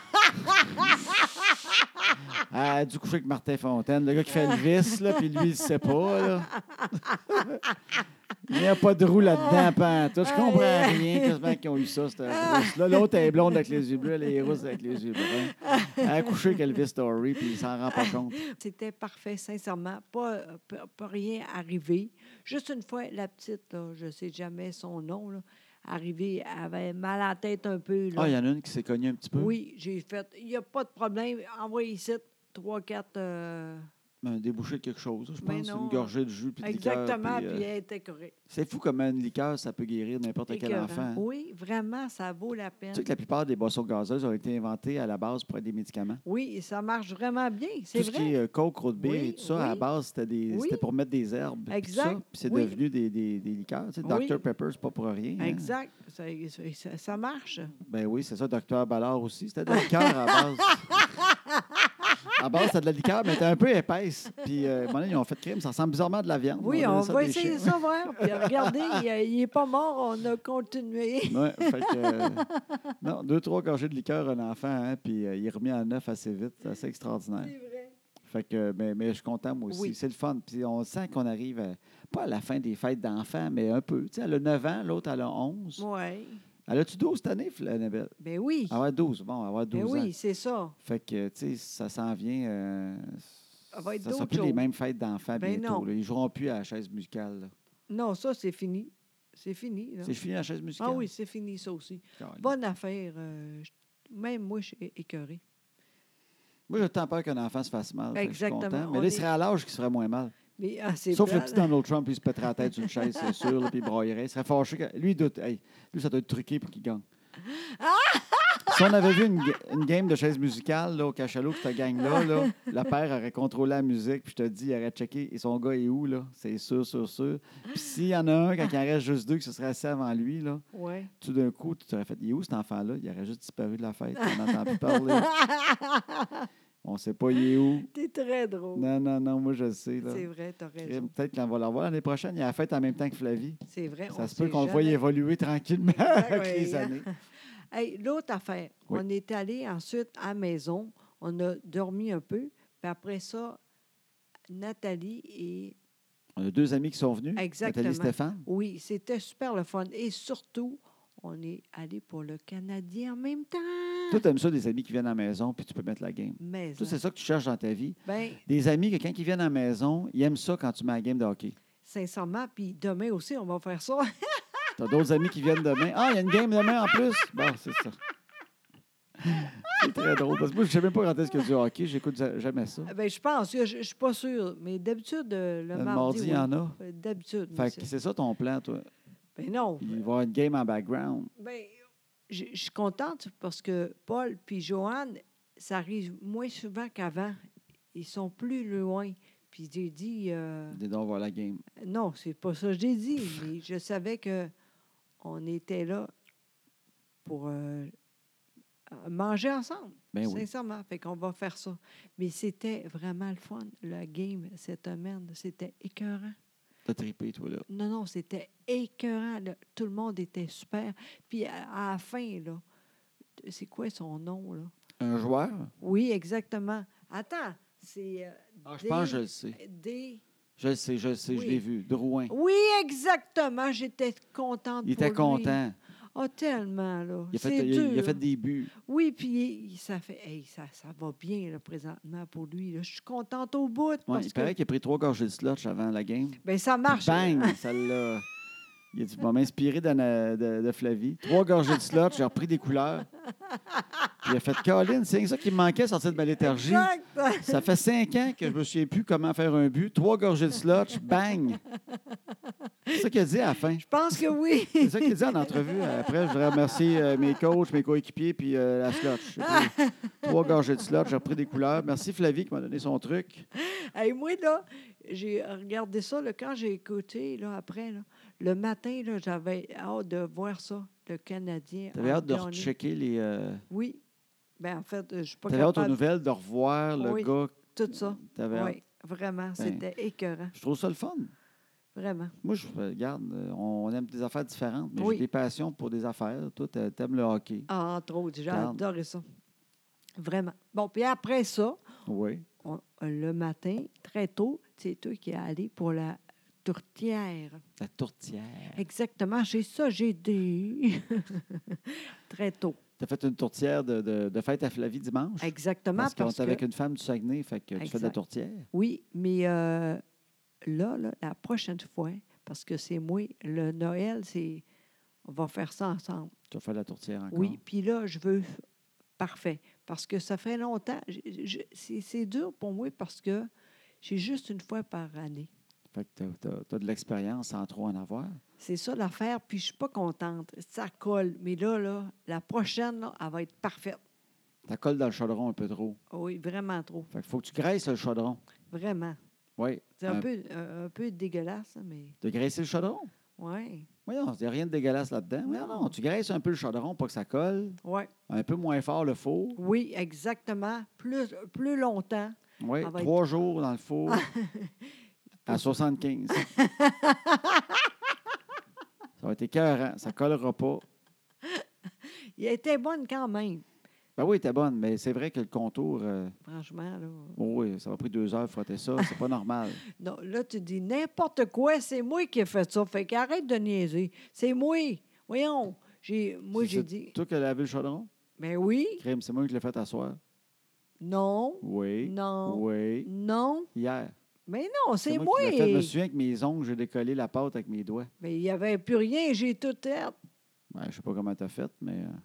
Elle a dû coucher avec Martin Fontaine, le gars qui fait le vice, là, puis lui, il ne sait pas. Là. Il n'y a pas de roue là-dedans, pantoute. Je comprends rien, quasiment qu'ils ont eu ça, cette rousse-là. L'autre, elle est blonde avec les yeux bleus, elle est rousse avec les yeux bruns. Elle a couché avec Elvis Story, puis il s'en rend pas compte. C'était parfait, sincèrement. Pas, pas, pas rien arrivé. Juste une fois, la petite, là, je ne sais jamais son nom, là, arrivée, elle avait mal à la tête un peu. Là. Ah, il y en a une qui s'est cognée un petit peu. Oui, j'ai fait. Il n'y a pas de problème. Envoyez ici trois, quatre euh, Un débouché de quelque chose, je Ben pense. non, Une gorgée de jus puis de liqueur. Exactement, puis, euh, puis elle était correcte. c'est fou comment une liqueur, ça peut guérir n'importe quel Écœurant. enfant. hein. Oui, vraiment, ça vaut la Tu sais peine. que la plupart des boissons gazeuses ont été inventées à la base pour être des médicaments. Oui, et ça marche vraiment bien, c'est Tout ce qui est vrai. euh, coke, root beer Oui, et tout ça, à la oui. base, c'était, des, Oui. c'était pour mettre des herbes. puis Tout ça, Exact. puis c'est Oui. devenu des, des, des liqueurs. Tu sais, Oui. docteur Pepper, c'est pas pour rien. hein. Exact. Ça, ça- ça marche. Ben oui, c'est ça, docteur Ballard aussi. C'était de la liqueur à la base. À la base, c'était de la liqueur, mais elle était un peu épaisse. Puis, euh, à un moment donné, ils ont fait crime. Ça ressemble bizarrement à de la viande. Oui, a on donné ça à va des essayer chiens. ça, voir. Puis regardez, il n'est pas mort, on a continué. Ouais, fait que, euh, non, deux, trois gorgées de liqueur, un enfant, hein, puis euh, il est remis à neuf assez vite. C'est assez extraordinaire. C'est vrai. Fait que, mais, mais je suis content, moi aussi. Oui. C'est le fun. Puis on sent qu'on arrive, à- pas à la fin des fêtes d'enfants, mais un peu. Tu sais, elle a neuf ans, l'autre, elle a onze. Oui. Elle a-tu douze cette année, Annabelle? Ben oui. Elle va avoir douze. Bon, elle va avoir douze Ben ans. oui, c'est ça. Fait que, tu sais, ça s'en vient. euh, Ça va être ça sera d'autres plus les choses. mêmes fêtes d'enfants Ben bientôt. non. là. Ils ne joueront plus à la chaise musicale. là. Non, ça, c'est fini. C'est fini. là. C'est fini la chaise musicale? Ah oui, c'est fini, ça aussi. Caroline. Bonne affaire. euh, je- même moi, je suis écœurée. Moi, j'ai tant peur qu'un enfant se fasse mal. Fait que je suis Exactement. content. Mais On là, il est- serait à l'âge qu'il se ferait moins mal. Mais ah, c'est Sauf le plate. petit Donald Trump, il se pèterait la tête sur une chaise, c'est sûr, là, puis il broyerait. Il serait fâché. que- Lui, il doit... hey, lui, ça doit être truqué pour qu'il gagne. Si on avait vu une, ga- une game de chaise musicale là, au cachalot, cette gang-là, là, le père aurait contrôlé la musique, puis je te dis, il aurait checké, et son gars est où, là? C'est sûr, sûr, sûr. Puis s'il y en a un, quand il en reste juste deux, qui se serait assis avant lui, là, Oui. tout d'un coup, tu t'aurais fait, il est où cet enfant-là? Il aurait juste disparu de la fête, on n'entend plus parler. On ne sait pas, il est où. T'es très drôle. Non, non, non, moi, je le sais, là. C'est vrai, t'as raison. Crime, peut-être qu'on va l'avoir l'année prochaine. Il y a la fête en même temps que Flavie. C'est vrai. Ça on se peut sait qu'on le voie jamais. évoluer tranquillement avec les Oui, hein. années. Hey, l'autre affaire, Oui. on est allé ensuite à la maison, on a dormi un peu, puis après ça, Nathalie et... On a deux amis qui sont venus. Exactement. Nathalie et Stéphane. Oui, c'était super le fun. Et surtout, on est allé pour le Canadien en même temps. Toi, tu aimes ça, des amis qui viennent à la maison, puis tu peux mettre la game. Mais Toi, c'est ça que tu cherches dans ta vie. ben, Des amis que quand ils viennent à la maison, ils aiment ça quand tu mets la game de hockey. sincèrement, puis demain aussi, on va faire ça. Tu as d'autres amis qui viennent demain. Ah, il y a une game demain en plus. Bon, c'est ça. C'est très drôle. Parce que moi, je ne sais même pas quand est-ce qu'il y a du hockey. J'écoute ja- jamais ça. Ben, je pense, je ne suis pas sûre, mais d'habitude, euh, le, Le mardi, mardi, il y oui. en a. Euh, D'habitude. mais Fait que c'est- c'est ça ton plan, toi. Ben non. Il va y avoir une game en background. Ben, je je suis contente parce que Paul puis Joanne, ça arrive moins souvent qu'avant. Ils sont plus loin. Puis j'ai dit, euh, Dis donc voir la game. non, c'est pas ça que j'ai dit, mais je savais que on était là pour euh, manger ensemble. Ben oui. Sincèrement, fait qu'on va faire ça. Mais c'était vraiment le fun, la game cette semaine. C'était écœurant. T'as trippé, toi, là. Non, non, c'était écœurant. là. Tout le monde était super. Puis à, à la fin, là, c'est quoi son nom, là? Un joueur? Oui, exactement. Attends, c'est... euh, Ah, je des- pense que je le sais. des- Je le sais, je le sais, je Oui. l'ai vu. Drouin. Oui, exactement. J'étais contente Il pour était lui. content. Ah, tellement, là. Il a, C'est fait, il, a- dur. il a fait des buts. Oui, puis il- ça fait... Hey, ça, ça va bien, là, présentement, pour lui. là. Je suis contente au bout. Ouais, parce il que... paraît qu'il a pris trois gorgées de slotch avant la game. Ben, ça marche. Bang! Ça l'a... Il a dit, va m'inspirer d'Anna- de, de Flavie. Trois gorgées de slotch, j'ai repris des couleurs. Puis il a fait Colin, c'est ça qui me manquait, sortir de ma léthargie. Exact. Ça fait cinq ans que je me souviens plus comment faire un but. Trois gorgées de slotch, bang! C'est ça qu'il a dit à la fin. Je pense que oui. C'est ça qu'il a dit en entrevue. Après, je voudrais remercier euh, mes coachs, mes coéquipiers, puis euh, la slotch. J'ai pris trois gorgées de slotch, j'ai repris des couleurs. Merci Flavie qui m'a donné son truc. Hey, moi, là, j'ai regardé ça là, quand j'ai écouté, là, après, là, le matin, là, j'avais hâte de voir ça, le Canadien. Tu avais en hâte de gagner. rechecker les... Euh... Oui. Ben en fait, je suis pas Tu avais hâte aux capable nouvelles, de revoir le Oui. gars. tout ça. T'avais hâte. Oui, vraiment, c'était écœurant. Je trouve ça le fun. Vraiment. Moi, je regarde, euh, on aime des affaires différentes, mais Oui. j'ai des passions pour des affaires. Toi, t'a- t'aimes le hockey. Ah, entre autres, j'ai Regarde. adoré ça. Vraiment. Bon, puis après ça, Oui. on- le matin, très tôt, c'est toi qui es allé pour la tourtière. La tourtière. Exactement, j'ai ça, j'ai dit. Très tôt. Tu as fait une tourtière de, de, de fête à Flavie dimanche? Exactement. Parce qu'on parce était que- avec une femme du Saguenay, fait que tu fais de la Exact. tourtière. Oui, mais euh, là, là, la prochaine fois, parce que c'est moi, le Noël, c'est. On va faire ça ensemble. Tu vas faire de la tourtière encore. Oui, puis là, je veux. Parfait. Parce que ça fait longtemps. je- je- c'est, c'est dur pour moi parce que J'ai juste une fois par année. Fait que tu as de l'expérience sans trop en avoir. C'est ça l'affaire, puis je suis pas contente. Ça colle. Mais là, là, la prochaine, là, elle va être parfaite. Ça colle dans le chaudron un peu trop. Oui, vraiment trop. Fait qu'il faut que tu graisses le chaudron. Vraiment. Oui. C'est un, peu, un, un peu dégueulasse, hein, mais. De graisser le chaudron? Oui. Oui, non, il n'y a rien de dégueulasse là-dedans. Oui, non. non, tu graisses un peu le chaudron pour que ça colle. Oui. Un peu moins fort le four. Oui, exactement. Plus, plus longtemps. Oui, Elle va trois être- jours dans le four à soixante-quinze. Ça va être écœurant. Ça ne collera pas. Il était bonne quand même. Ben oui, t'es bonne, mais c'est vrai que le contour, euh, Franchement, là. oh oui, ça va pris deux heures de frotter ça. C'est pas normal. Non, là, tu dis n'importe quoi, c'est moi qui ai fait ça. Fait qu'arrête de niaiser. C'est moi. Voyons. J'ai, moi, C'est- j'ai c'est dit. toi qui as lavé le chaudron? Ben oui. Crème, c'est moi qui l'ai fait asseoir. Non. Oui. Non. Oui. Non. Hier. Mais non, c'est moi. moi. qui l'ai fait. Je me souviens que mes ongles, j'ai décollé la pâte avec mes doigts. Mais il n'y avait plus rien, j'ai tout fait. Ouais, je ne sais pas comment tu as fait, mais euh,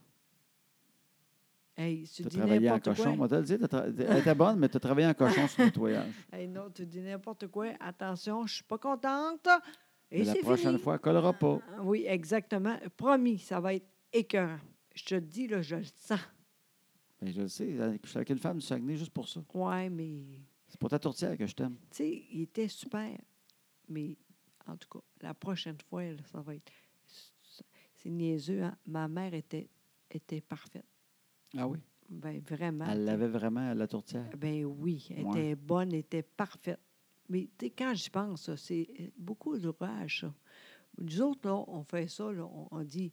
Hey, tu tu as dis travaillé en n'importe cochon. quoi. Moi, te le dire, t'as tra- elle était bonne, mais tu as travaillé en cochon sur le nettoyage. Hey, non, tu dis n'importe quoi. Attention, je suis pas contente. Et Mais la c'est prochaine fini. fois, elle ne collera pas. Ah, oui, exactement. Promis, ça va être écœurant. Je te le dis, là, je le sens. Ben, je le sais, je suis avec une femme du Saguenay juste pour ça. Ouais, mais, C'est pour ta tourtière que je t'aime. tu sais, il était super. Mais, en tout cas, la prochaine fois, là, ça va être. C'est niaiseux, hein? Ma mère était, était parfaite. Ah oui? Ben, vraiment. Elle t'sais. l'avait vraiment, la tourtière. Ben oui, elle Ouais. était bonne, elle était parfaite. Mais tu sais, quand j'y pense, ça, c'est euh, beaucoup d'ouvrage, ça. Nous autres, là, on fait ça, là, on, on dit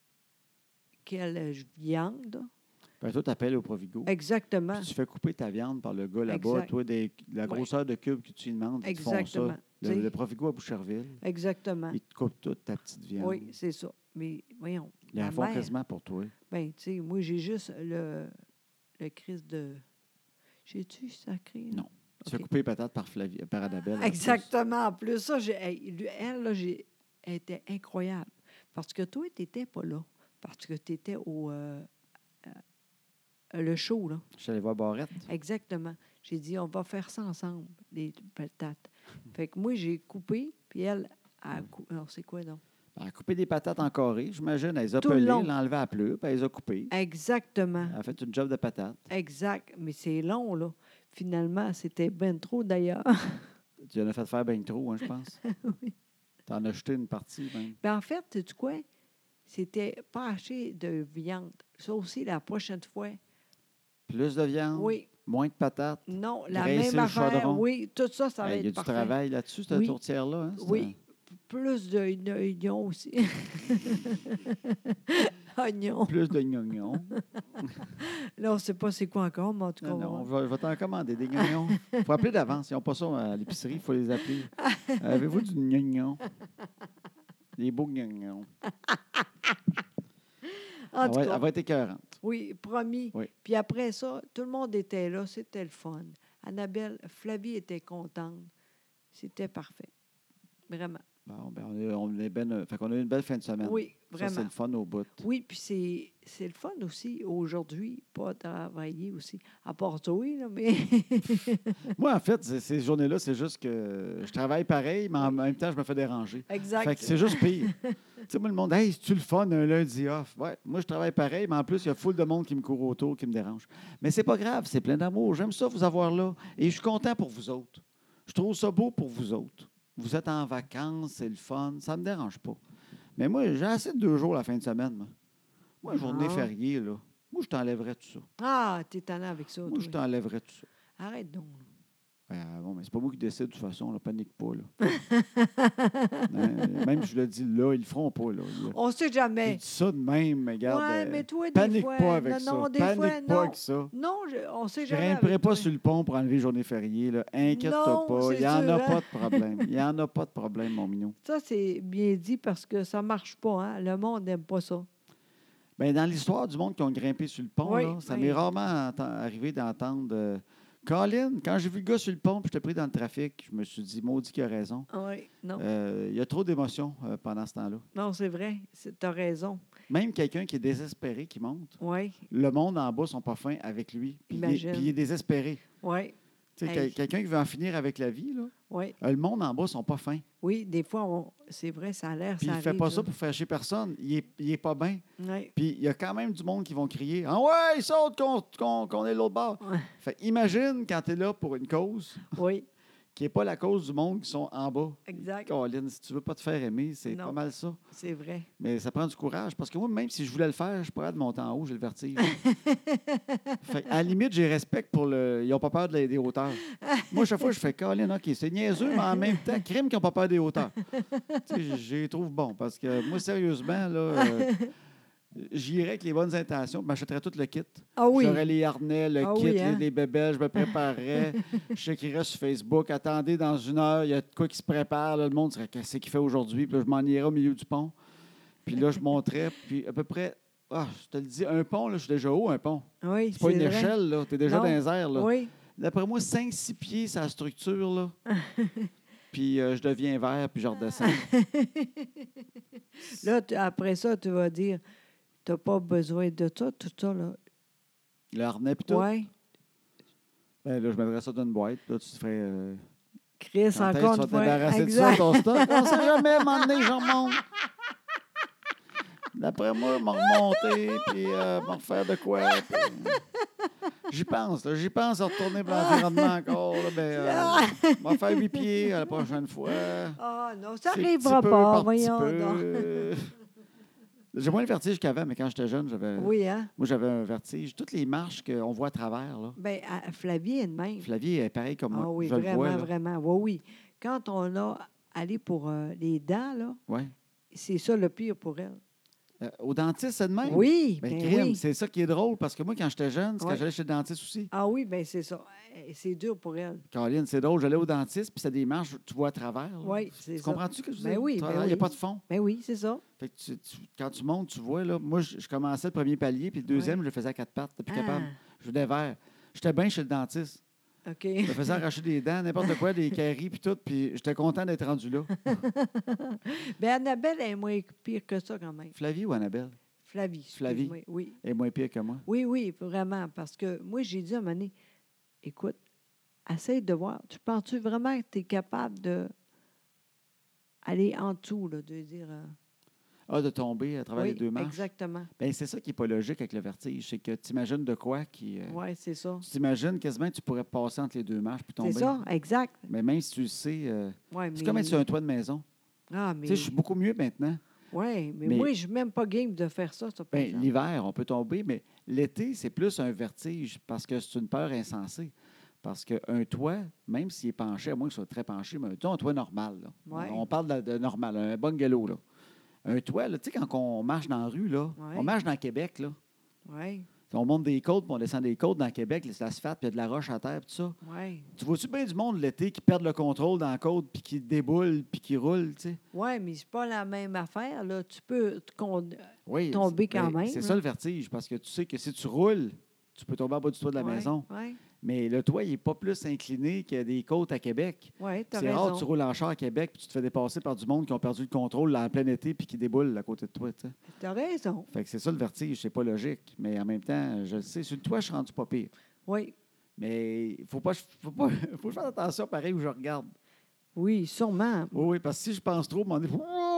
quelle euh, viande. Ben, toi, tu appelles au Provigo. Exactement. Puis tu fais couper ta viande par le gars là-bas, Exact. toi, des, la Ouais. grosseur de cube que tu lui demandes, ils te font Exactement. ça. Tu Le, sais. le Provigo à Boucherville, Exactement. ils te coupent toute ta petite viande. Oui, c'est ça. Mais voyons, Ils ma en font mère, quasiment pour toi. ben, tu sais, moi, j'ai juste le, le Christ de... J'ai-tu sacré? Non. Tu fais OK. couper les patates par, Flavie, par Annabelle. en plus. Exactement. En plus, ça, j'ai- hey, lui, elle, là, j'ai, elle était incroyable. Parce que toi, tu n'étais pas là. Parce que tu étais au... euh, euh, le show, là. Je suis allé voir Barrette. Exactement. J'ai dit, on va faire ça ensemble, les patates. Fait que moi, j'ai coupé, puis elle a coupé. Alors, c'est quoi, donc? Elle a coupé des patates en carré, j'imagine. Elle les a Tout le pelées, long. elle l'a enlevé à pleu, puis elle les a coupées. Exactement. Elle a fait une job de patates. Exact. Mais c'est long, là. Finalement, c'était ben trop, d'ailleurs. Tu en as fait faire bien trop, hein, je pense. Oui. Tu en as jeté une partie, même. Ben, en fait, sais-tu quoi? C'était pas acheté de viande. Ça aussi, la prochaine fois. Plus de viande, Oui. moins de patates. Non, la Graisser même le affaire. chaudron. Oui, tout ça, ça va Hey, il y a être du parfait. travail là-dessus, cette Oui. tourtière-là. Hein? C'est Oui. Plus de- d'oignons aussi. Oignons. un- Plus de gnognons. Là, on ne sait pas c'est quoi encore, mais en tout cas, Non, on va non, on voir. va, je vais t'en commander des gnognons. Il faut appeler d'avance. Ils n'ont pas ça à l'épicerie, il faut les appeler. Avez-vous du gnognon? Des beaux gnognons. En Elle tout va, cas, elle va être écœurante. oui, promis. Oui. Puis après ça, tout le monde était là, c'était le fun. Annabelle, Flavie était contente. C'était parfait. Vraiment. Bon, ben, on, est, on, est ben, fait qu'on a eu une belle fin de semaine. Oui, Ça, vraiment. c'est le fun au bout. Oui, puis c'est, c'est le fun aussi aujourd'hui, pas travailler aussi. À part toi, là, mais. Moi, en fait, c'est- ces journées-là, c'est juste que je travaille pareil, mais en Oui. même temps, je me fais déranger. Exact. Fait que c'est juste pire. Tu sais, moi, le monde, hey, c'est-tu le fun un lundi off? Ouais, moi, je travaille pareil, mais en plus, il y a full de monde qui me court autour, qui me dérange. Mais c'est pas grave, c'est plein d'amour. J'aime ça vous avoir là. Et je suis content pour vous autres. Je trouve ça beau pour vous autres. Vous êtes en vacances, c'est le fun, ça me dérange pas. Mais moi, j'ai assez de deux jours la fin de semaine. Moi, moi journée Ah. fériée, là. Moi, je t'enlèverais tout ça. Ah, t'es tannant avec ça. Moi, toi. je t'enlèverais tout ça. Arrête donc. là. Ben, bon, mais c'est pas moi qui décide de toute façon, là, panique pas. Là. Hein, même si je le dis là, ils le feront pas. Là. On sait Je jamais. dis ça de même, mais regarde. Ouais, euh, mais toi, des panique fois. pas avec non, ça. non, des panique fois, pas non. avec ça. Non, je- on sait Je jamais. grimperai avec pas toi. sur le pont pour enlever journée fériée. Là. Inquiète-toi Non, pas. c'est Il n'y en sûr, a hein. pas de problème. Il n'y en a pas de problème, mon minou. Ça, c'est bien dit parce que ça marche pas. Hein? Le monde n'aime pas ça. Ben, dans l'histoire du monde qui ont grimpé sur le pont, Oui, là, ça oui. m'est rarement enten- arrivé d'entendre. euh, Colin, quand j'ai vu le gars sur le pont puis je t'ai pris dans le trafic, je me suis dit, maudit qu'il a raison. Oui, non. Euh, Il y a trop d'émotions euh, pendant ce temps-là. Non, c'est vrai. Tu as raison. Même quelqu'un qui est désespéré qui monte, Oui, le monde en bas sont pas fins avec lui. Puis il, est, Imagine. puis il est désespéré. oui. Tu sais, Hey. quel- quelqu'un qui veut en finir avec la vie, là, Oui, euh, le monde en bas ne sont pas fins. oui, des fois, on- c'est vrai, ça a l'air, Puis ça il ne fait arrive. pas ça là. pour fâcher personne. Il est, il est pas bien. Oui. Puis il y a quand même du monde qui vont crier « Ah ouais, saute qu'on qu'on- qu'on est de l'autre bord! Ouais. » Fait imagine quand tu es là pour une cause Oui, qui n'est pas la cause du monde qui sont en bas. exact. Colin, si tu veux pas te faire aimer, c'est Non. pas mal ça. C'est vrai. Mais ça prend du courage. Parce que moi, même si je voulais le faire, je pourrais de monter en haut, j'ai le vertige. Fait que, à la limite, j'ai respect pour le. Ils n'ont pas peur de la- des hauteurs. Moi, chaque fois, je fais Colin, OK, c'est niaiseux, mais en même temps, crime qui n'ont pas peur des hauteurs. Tu sais, je je les trouve bons. Parce que moi, sérieusement, là, euh, j'irais avec les bonnes intentions, je m'achèterais tout le kit. Ah oui. J'aurais les harnais, le Ah kit, oui, les, hein? les bébelles, je me préparerais. Je t'écrirais sur Facebook, attendez, dans une heure, il y a de quoi qui se prépare. Là, le monde dirait, qu'est-ce qu'il fait aujourd'hui? Puis là, je m'en irais au milieu du pont. Puis là, je monterais, puis à peu près, ah, je te le dis, un pont, là, je suis déjà haut, un pont. Oui, C'est pas une vrai. échelle, là. Tu es déjà Non. dans les airs, là. Oui. D'après moi, cinq six pieds, c'est la structure, là. Puis euh, je deviens vert, puis je redescends. Là, tu- après ça, tu vas dire, tu n'as pas besoin de ça, tout ça, là. Le harnais, puis tout. Oui. Ben, là, je mettrais ça dans une boîte. Là, tu te ferais. euh, Chris, Quand est-ce encore que tu vas une te fois. débarrasser de ça, Exact. ton stock? On ne sait jamais, à un moment donné, j'en remonte. D'après moi, m'en remonter, puis euh, m'en refaire de quoi. puis, euh, J'y pense, là. J'y pense à retourner pour l'environnement encore. Là, ben, euh, m'en faire huit pieds à la prochaine fois. Ah non, ça C'est n'arrivera petit peu pas, par voyons petit donc. peu. J'ai moins le vertige qu'avant, mais quand j'étais jeune, j'avais. Oui, hein? Moi, j'avais un vertige. Toutes les marches qu'on voit à travers, là. Bien, à- Flavie est de même. Flavie est pareil comme moi. Ah oui, je le vraiment, vois, là. vraiment. Oui, oui. Quand on a allé pour euh, les dents, là, Ouais. c'est ça le pire pour elle. Euh, au dentiste, c'est de même? Oui, Ben, ben crime, oui. c'est ça qui est drôle, parce que moi, quand j'étais jeune, c'est quand Ouais. j'allais chez le dentiste aussi. Ah oui, bien c'est ça. Eh, C'est dur pour elle. Caroline, c'est drôle, j'allais au dentiste, puis c'est des marches, tu vois à travers. là. Oui, c'est Tu ça. comprends-tu que je Ben dis? oui, Tu vois, ben Il n'y a oui. pas de fond. Ben oui, c'est ça. Fait que tu- tu- quand tu montes, tu vois, là, moi, je, je commençais le premier palier, puis le deuxième, Ouais. je le faisais à quatre pattes, plus Ah. capable. Je venais vert. J'étais bien chez le dentiste. OK. Je me faisais arracher des dents, n'importe quoi, des caries, puis tout, puis j'étais content d'être rendu là. Bien, Annabelle est moins pire que ça quand même. Flavie ou Annabelle? Flavie. Flavie. excuse-moi. Oui. Elle est moins pire que moi. Oui, oui, vraiment. Parce que moi, j'ai dit à un moment donné, écoute, essaye de voir. Tu penses-tu vraiment que tu es capable de aller en dessous, là, de dire. euh, Ah, de tomber à travers oui, les deux marches. exactement. Ben, c'est ça qui n'est pas logique avec le vertige. C'est que tu imagines de quoi qui. euh, Oui, c'est ça. Tu t'imagines quasiment que tu pourrais passer entre les deux marches puis tomber. C'est ça, exact. Mais même si tu le sais, euh, Ouais, c'est mais... comme être sur un toit de maison. Ah, mais. Tu sais, je suis beaucoup mieux maintenant. Oui, mais, mais- moi, je suis même pas game de faire ça, ça, par Ben, exemple. l'hiver, on peut tomber, mais l'été, c'est plus un vertige parce que c'est une peur insensée. Parce qu'un toit, même s'il est penché, à moins qu'il soit très penché, mais un toit, un toit normal. Là. Ouais. On parle de, de normal, un bungalow. Là. Un toit, là, tu sais, quand on marche dans la rue, là, Ouais. on marche dans Québec, là. Oui, On monte des côtes, puis on descend des côtes dans Québec, c'est l'asphalte, puis il y a de la roche à terre, puis tout ça. oui. Tu vois-tu bien du monde l'été qui perd le contrôle dans la côte, puis qui déboule, puis qui roule, tu sais? Oui, mais c'est pas la même affaire, là. Tu peux te con- Oui. tomber c'est- quand ben, même. C'est hein. ça le vertige, parce que tu sais que si tu roules, tu peux tomber en bas du toit de la Ouais, maison. Oui, Mais le toit, il n'est pas plus incliné qu'il y a des côtes à Québec. oui, tu as C'est rare que tu raison. roules en char à Québec, puis tu te fais dépasser par du monde qui ont perdu le contrôle là, en plein été, puis qui déboule à côté de toi, tu sais. Tu as raison. Fait que c'est ça le vertige, c'est pas logique. Mais en même temps, je le sais, sur le toit, je suis rendu pas pire. Oui, Mais il faut pas, faut pas, faut que je fasse attention pareil où je regarde. oui, sûrement. Oui, oui, parce que si je pense trop, mon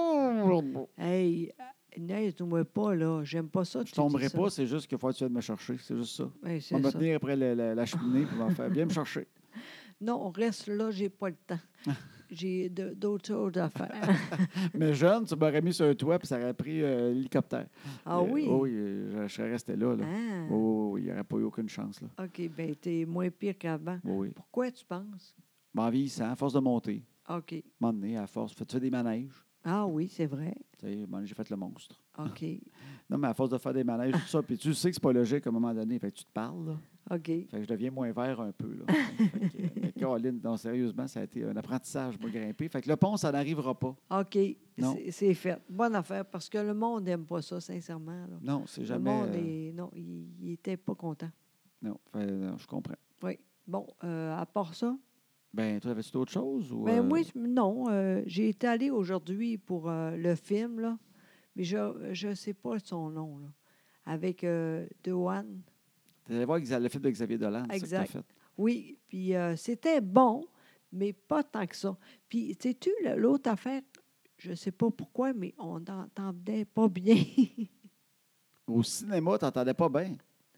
Hey, n'aide-moi pas, là. J'aime pas ça. je tomberai pas, c'est juste qu'il faut que tu viennes me chercher. C'est juste ça. Oui, On c'est va me ça. tenir après le- le- la cheminée pour m'en faire bien me chercher. Non, on reste là, j'ai pas le temps. J'ai de- d'autres choses à faire. Mais jeune, tu m'aurais mis sur un toit puis ça aurait pris euh, l'hélicoptère. Ah Euh, oui? oui, euh, je, je serais resté là. là. Ah, Oui, oui, oui, il n'y aurait pas eu aucune chance. Là. OK, bien, t'es moins pire qu'avant. Oui, oui. Pourquoi tu penses? Mais en vieillissant, à force de monter, OK. à un moment donné, à force, tu fais des manèges. Ah oui, c'est vrai. Tu sais, à un moment donné, j'ai fait le monstre. OK. Non, mais à force de faire des manèges, tout ça, puis tu sais que c'est pas logique à un moment donné. Fait que tu te parles, là. OK. Fait que je deviens moins vert un peu. Là. Fait que, euh, mais Caroline, non, sérieusement, ça a été un apprentissage, moi, grimper. Fait que le pont, ça n'arrivera pas. OK. Non. C'est- C'est fait. Bonne affaire, parce que le monde n'aime pas ça, sincèrement. Là. Non, c'est Le jamais. monde, euh, est... non, il n'était pas content. non, fait, non, je comprends. Oui. Bon, euh, à part ça, Ben, toi, avais-tu d'autres choses? Ou, ben euh, moi, je- non. euh, j'ai été allée aujourd'hui pour euh, le film, là, mais je ne sais pas son nom, là, avec euh, Dewan. T'es allé voir Exa- le film de Xavier Dolan, c'est ça que t'as Exact. fait. Oui, puis euh, c'était bon, mais pas tant que ça. Puis, sais-tu, le- l'autre affaire, je sais pas pourquoi, mais on n'entendait pas bien. Au cinéma, tu n'entendais pas bien.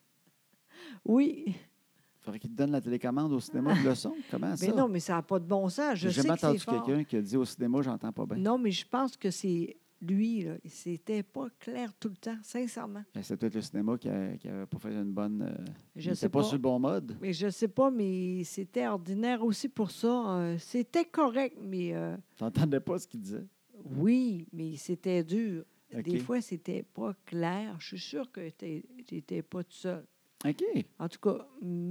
Oui, Faudrait qu'il te donne la télécommande au cinéma de le son. Comment mais ça? non, mais ça n'a pas de bon sens. Je J'ai sais jamais que c'est entendu fort. quelqu'un qui a dit au cinéma, j'entends pas bien. Non, mais je pense que c'est lui, là. C'était pas clair tout le temps, sincèrement. Ben, c'est peut-être le cinéma qui n'avait pas fait une bonne. euh, il Je n'était sais pas pas. sur le bon mode. Mais je sais pas, mais c'était ordinaire aussi pour ça. Euh, c'était correct, mais euh, Tu n'entendais pas ce qu'il disait. oui, mais c'était dur. OK. Des fois, c'était pas clair. Je suis sûre que tu n'étais pas tout seul. OK. En tout cas,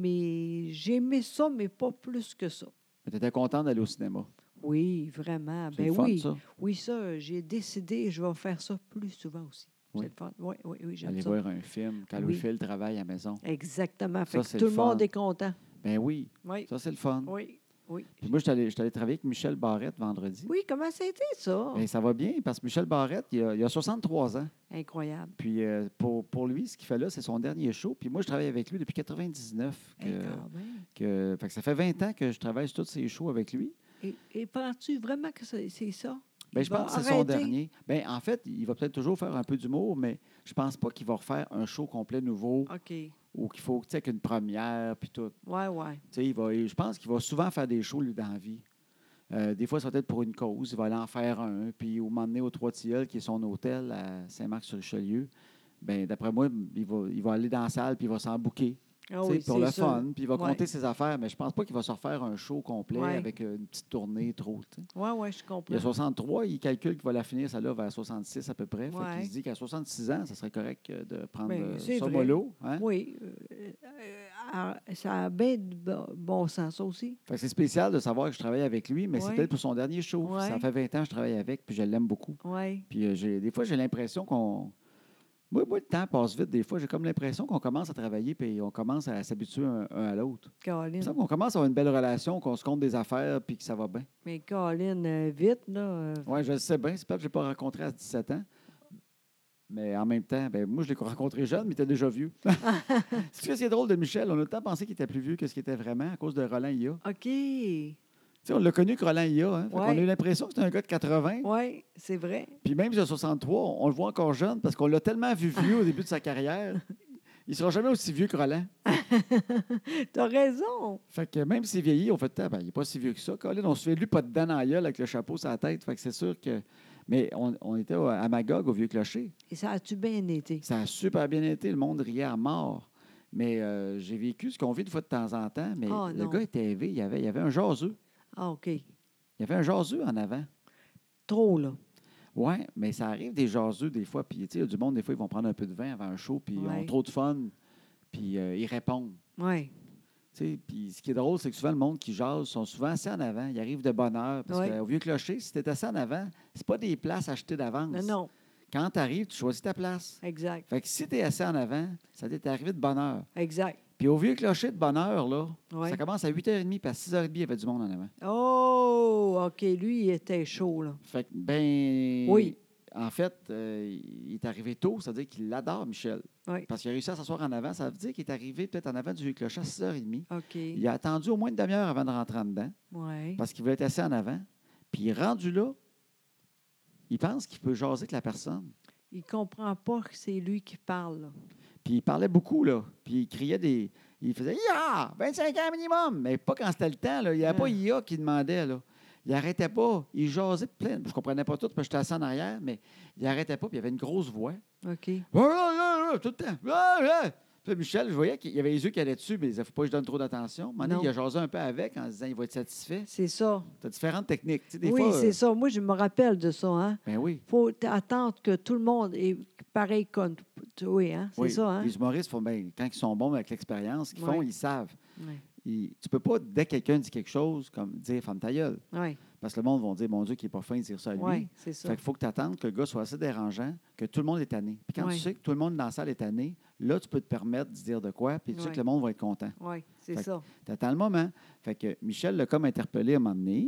mais j'aimais ça, mais pas plus que ça. Mais tu étais content d'aller au cinéma. Oui, vraiment. C'est Ben le fun, oui. ça. Oui, ça, j'ai décidé, je vais faire ça plus souvent aussi. Oui. C'est le fun. Oui, oui, oui, j'aime Aller ça. voir un film quand Oui. Louis-Phil travaille à la maison. Exactement. Fait Ça, que c'est tout le le monde fun. est content. Ben oui. Oui, Ça, c'est le fun. oui, oui. Puis moi, je suis allé, je suis allé travailler avec Michel Barrette vendredi. Oui, comment ça a été, ça? Bien, ça va bien parce que Michel Barrette, il a, il a soixante-trois ans. Incroyable. Puis euh, pour, pour lui, ce qu'il fait là, c'est son dernier show. Puis moi, je travaille avec lui depuis quatre-vingt-dix-neuf. Que, Hey, quand même. que- fait que ça fait vingt ans que je travaille sur tous ses shows avec lui. Et, et penses-tu vraiment que c'est c'est ça? Bien, Il je va pense que c'est son arrêter? dernier. Bien, en fait, il va peut-être toujours faire un peu d'humour, mais je pense pas qu'il va refaire un show complet nouveau OK. ou qu'il faut, tu sais, qu'une première, puis tout. Ouais, ouais. Tu sais, il va, je pense qu'il va souvent faire des shows, lui, dans la vie. Euh, des fois, ça va être pour une cause. Il va aller en faire un. Puis, au moment donné, au Trois-Tilleuls, qui est son hôtel à Saint-Marc-sur-Richelieu, bien, d'après moi, il va, il va aller dans la salle, puis il va s'en bouquer. Ah Tu sais, oui, pour c'est le sûr. fun, puis il va Ouais. compter ses affaires, mais je pense pas qu'il va se refaire un show complet Ouais. avec une petite tournée trop. tu sais. Oui, oui, je Il comprends. a soixante-trois, il calcule qu'il va la finir, celle-là, vers soixante-six à peu près. Fait Ouais. qu'il se dit qu'à soixante-six ans, ça serait correct euh, de prendre Ben, euh, c'est ça vrai. mollo. Hein? Oui. euh, euh, ah, ça a bien de bon, bon sens, ça aussi. Fait que c'est spécial de savoir que je travaille avec lui, mais c'est Ouais. peut-être pour son dernier show. Ouais. Ça fait vingt ans que je travaille avec, puis je l'aime beaucoup. Oui. Puis euh, j'ai, des fois, j'ai l'impression qu'on. Moi, moi, le temps passe vite. Des fois, j'ai comme l'impression qu'on commence à travailler puis on commence à s'habituer un, un à l'autre. Il me Colin. semble qu'on commence à avoir une belle relation, qu'on se compte des affaires puis que ça va bien. Mais Colin, euh, vite, là. euh, Oui, je le sais bien. C'est pas que je ne l'ai pas rencontré à dix-sept ans. Mais en même temps, ben, moi, je l'ai rencontré jeune, mais il était déjà vieux. C'est ce qui est drôle de Michel. On a le temps pensé qu'il était plus vieux que ce qu'il était vraiment à cause de Roland I A. OK. Tu sais, on l'a connu que Roland I A. Hein? Fait qu'on Ouais. a eu l'impression que c'était un gars de quatre-vingts. Oui, c'est vrai. Puis même si il a soixante-trois, on le voit encore jeune parce qu'on l'a tellement vu vieux au début de sa carrière. Il ne sera jamais aussi vieux que Roland. T'as raison. Fait que même s'il vieillit, on fait ben, il n'est pas si vieux que ça. Colin, on se fait lui pas de dents dans la gueule avec le chapeau sur la tête. Fait que c'est sûr que. Mais on, on était au- à Magog, au Vieux Clocher. Et ça a-tu bien été? Ça a super bien été. Le monde riait à mort. Mais euh, j'ai vécu ce qu'on vit une fois de temps en temps. Mais Oh, le non. gars était élevé. Il y avait, il y avait un jaseux. Ah, OK. Il y avait un jaseux en avant. Trop, là. Oui, mais ça arrive des jaseux des fois. Puis, tu sais, il y a du monde, des fois, ils vont prendre un peu de vin avant un show, puis ils Ouais. ont trop de fun, puis euh, ils répondent. Oui. Tu sais, puis ce qui est drôle, c'est que souvent, le monde qui jase sont souvent assez en avant. Ils arrivent de bonne heure. Parce Ouais. qu'au Vieux Clocher, si tu es assez en avant, c'est pas des places achetées d'avance. Non, non. Quand tu arrives, tu choisis ta place. Exact. Fait que si tu es assez en avant, ça t'est arrivé de bonne heure. Exact. Puis au Vieux Clocher de bonne heure, là, Ouais. ça commence à huit heures trente, puis à six heures trente, il y avait du monde en avant. Oh, OK. Lui, il était chaud, là. Fait que, ben. Oui. En fait, euh, il est arrivé tôt, ça veut dire qu'il l'adore, Michel. Oui. Parce qu'il a réussi à s'asseoir en avant. Ça veut dire qu'il est arrivé peut-être en avant du Vieux Clocher à six heures trente. OK. Il a attendu au moins une demi-heure avant de rentrer en dedans Oui. parce qu'il voulait être assis en avant. Puis il est rendu là, il pense qu'il peut jaser avec la personne. Il comprend pas que c'est lui qui parle, là. Puis il parlait beaucoup, là. Puis il criait des. Il faisait I A! vingt-cinq ans minimum! Mais pas quand c'était le temps, là. Il n'y avait Ah. pas I A qui demandait, là. Il n'arrêtait pas. Il jasait plein. Je ne comprenais pas tout parce que j'étais assis en arrière, mais il n'arrêtait pas. Puis il avait une grosse voix. OK. Ah, ah, ah, tout le temps. Ah, ah. Puis là, Michel, je voyais qu'il y avait les yeux qui allaient dessus, mais il ne faut pas que je donne trop d'attention. À un moment donné, Non. il a jasé un peu avec en se disant il va être satisfait. C'est ça. Tu as différentes techniques. Tu sais, des Oui, fois, c'est euh, ça. Moi, je me rappelle de ça, hein. ben oui. Faut t- attendre que tout le monde est pareil comme oui, hein? C'est Oui. ça, hein? Les humoristes, font, ben, quand ils sont bons avec l'expérience qu'ils font, Oui. ils savent. Oui. Ils- tu peux pas, dès que quelqu'un dit quelque chose, comme dire ferme ta gueule. Oui, Parce que le monde va dire mon Dieu, qui n'est pas fin de dire ça à lui. oui, c'est ça. Fait qu'il faut que tu attendes que le gars soit assez dérangeant, que tout le monde est tanné. Puis quand Oui. tu sais que tout le monde dans la salle est tanné, là, tu peux te permettre de dire de quoi, puis tu sais Oui. que le monde va être content. Oui, c'est Fait que- ça. Tu attends le moment. Fait que Michel l'a comme interpellé à un moment donné.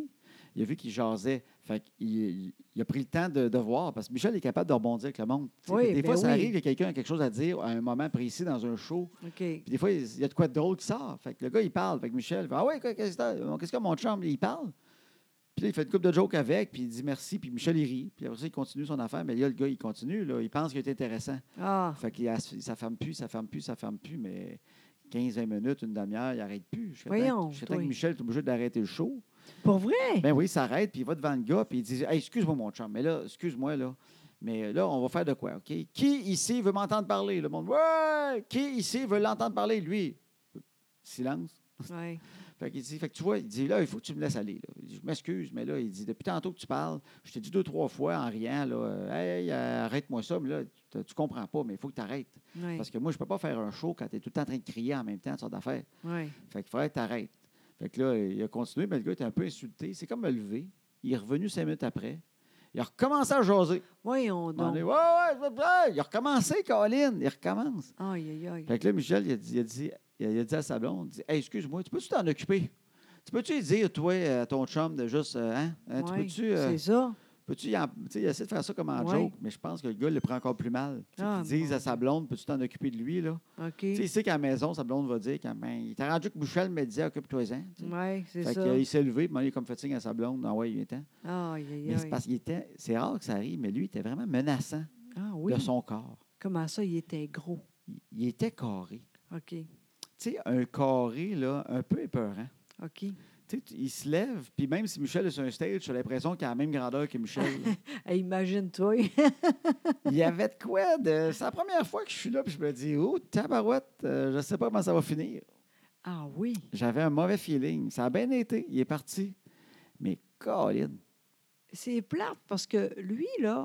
il a vu qu'il jasait. Fait qu'il il, il a pris le temps de, de voir, parce que Michel est capable de rebondir avec le monde. Tu sais, Oui, des ben fois, ça oui. arrive, il y a quelqu'un a quelque chose à dire à un moment précis dans un show. OK. Puis des fois, il y a de quoi de drôle qui sort. Fait que le gars, il parle. Fait que Michel fait, ah ouais, qu'est-ce que qu'est-ce que mon chum, il parle? Puis là, il fait une couple de jokes avec, puis il dit merci, puis Michel, il rit. Puis après ça, il continue son affaire. Mais là, le gars, il continue. Là, il pense qu'il est intéressant. Ah, Fait qu'il a- ça ferme plus, ça ferme plus, ça ferme plus. Mais quinze vingt minutes, une demi-heure, il n'arrête plus. Je Voyons, que toi. Michel est obligé d'arrêter le show. pour vrai? Ben oui, il s'arrête, puis il va devant le gars, puis il dit, hey, excuse-moi, mon chum, mais là, excuse-moi, là. Mais là, on va faire de quoi, OK? Qui ici veut m'entendre parler? Le monde, ouais! Qui ici veut l'entendre parler? Lui, silence. Oui. Fait qu'il dit, fait que tu vois, il dit, là, il faut que tu me laisses aller. Là. Il dit, je m'excuse, mais là, il dit, depuis tantôt que tu parles, je t'ai dit deux, trois fois en riant, là, euh, hey, hey, arrête-moi ça, mais là, tu ne comprends pas, mais il faut que tu arrêtes. Oui. Parce que moi, je ne peux pas faire un show quand tu es tout le temps en train de crier en même temps, sorte d'affaires. Oui. Fait qu'il faudrait que tu arrêtes. Fait que là, il a continué, mais le gars était un peu insulté. C'est comme me lever. Il est revenu cinq minutes après. Il a recommencé à jaser. Voyons On est, donc. ouais, ouais, ouais, ouais. Il a recommencé, Colin. Il recommence. Aïe, aïe, aïe. Fait que là, Michel, il a dit, il a dit, il a dit à sa blonde, il dit, hey, excuse-moi, tu peux-tu t'en occuper? Tu peux-tu lui dire, toi, à ton chum, de juste, euh, hein? hein, tu Oui, peux-tu, euh, c'est ça. peux-tu y en- tu sais, il essaie de faire ça comme en Ouais. joke, mais je pense que le gars le prend encore plus mal. Tu sais, Ah, qu'il dise mon à sa Dieu. blonde, peux-tu t'en occuper de lui, là? OK. Tu sais, il sait qu'à la maison, sa blonde va dire, quand même, il t'a rendu que Michel me disait, occupe-toi-en. tu sais. Oui, c'est Fait ça. qu'il s'est levé, puis il a comme fait signe à sa blonde, ah ouais, il était. Aïe, aïe, Mais c'est aïe. parce qu'il était, c'est rare que ça arrive, mais lui, il était vraiment menaçant Ah oui. de son corps. Comment ça, il était gros? Il, il était carré. OK. Tu sais, un carré, là, un peu épeurant. OK. Tu sais, il se lève, puis même si Michel est sur un stage, j'ai l'impression qu'il a la même grandeur que Michel. Hey, imagine-toi. Il y avait de quoi de. C'est la première fois que je suis là, puis je me dis, oh, tabarouette, euh, je ne sais pas comment ça va finir. Ah oui. J'avais un mauvais feeling. Ça a bien été. Il est parti. Mais, Colin, C'est plate parce que lui, là,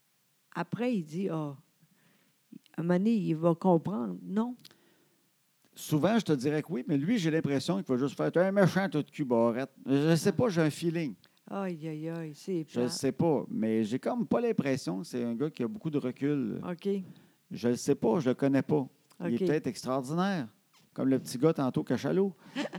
après, il dit, ah, à un moment donné, il va comprendre. Non. souvent, je te dirais que oui, mais lui, j'ai l'impression qu'il va juste faire un méchant tout de cul, barrette. Je ne sais pas, j'ai un feeling. Aïe, aïe, aïe, c'est Je ne plate. sais pas, mais j'ai comme pas l'impression que c'est un gars qui a beaucoup de recul. OK. Je ne sais pas, je le connais pas. Il est OK. peut-être extraordinaire, comme le petit gars tantôt cachalot.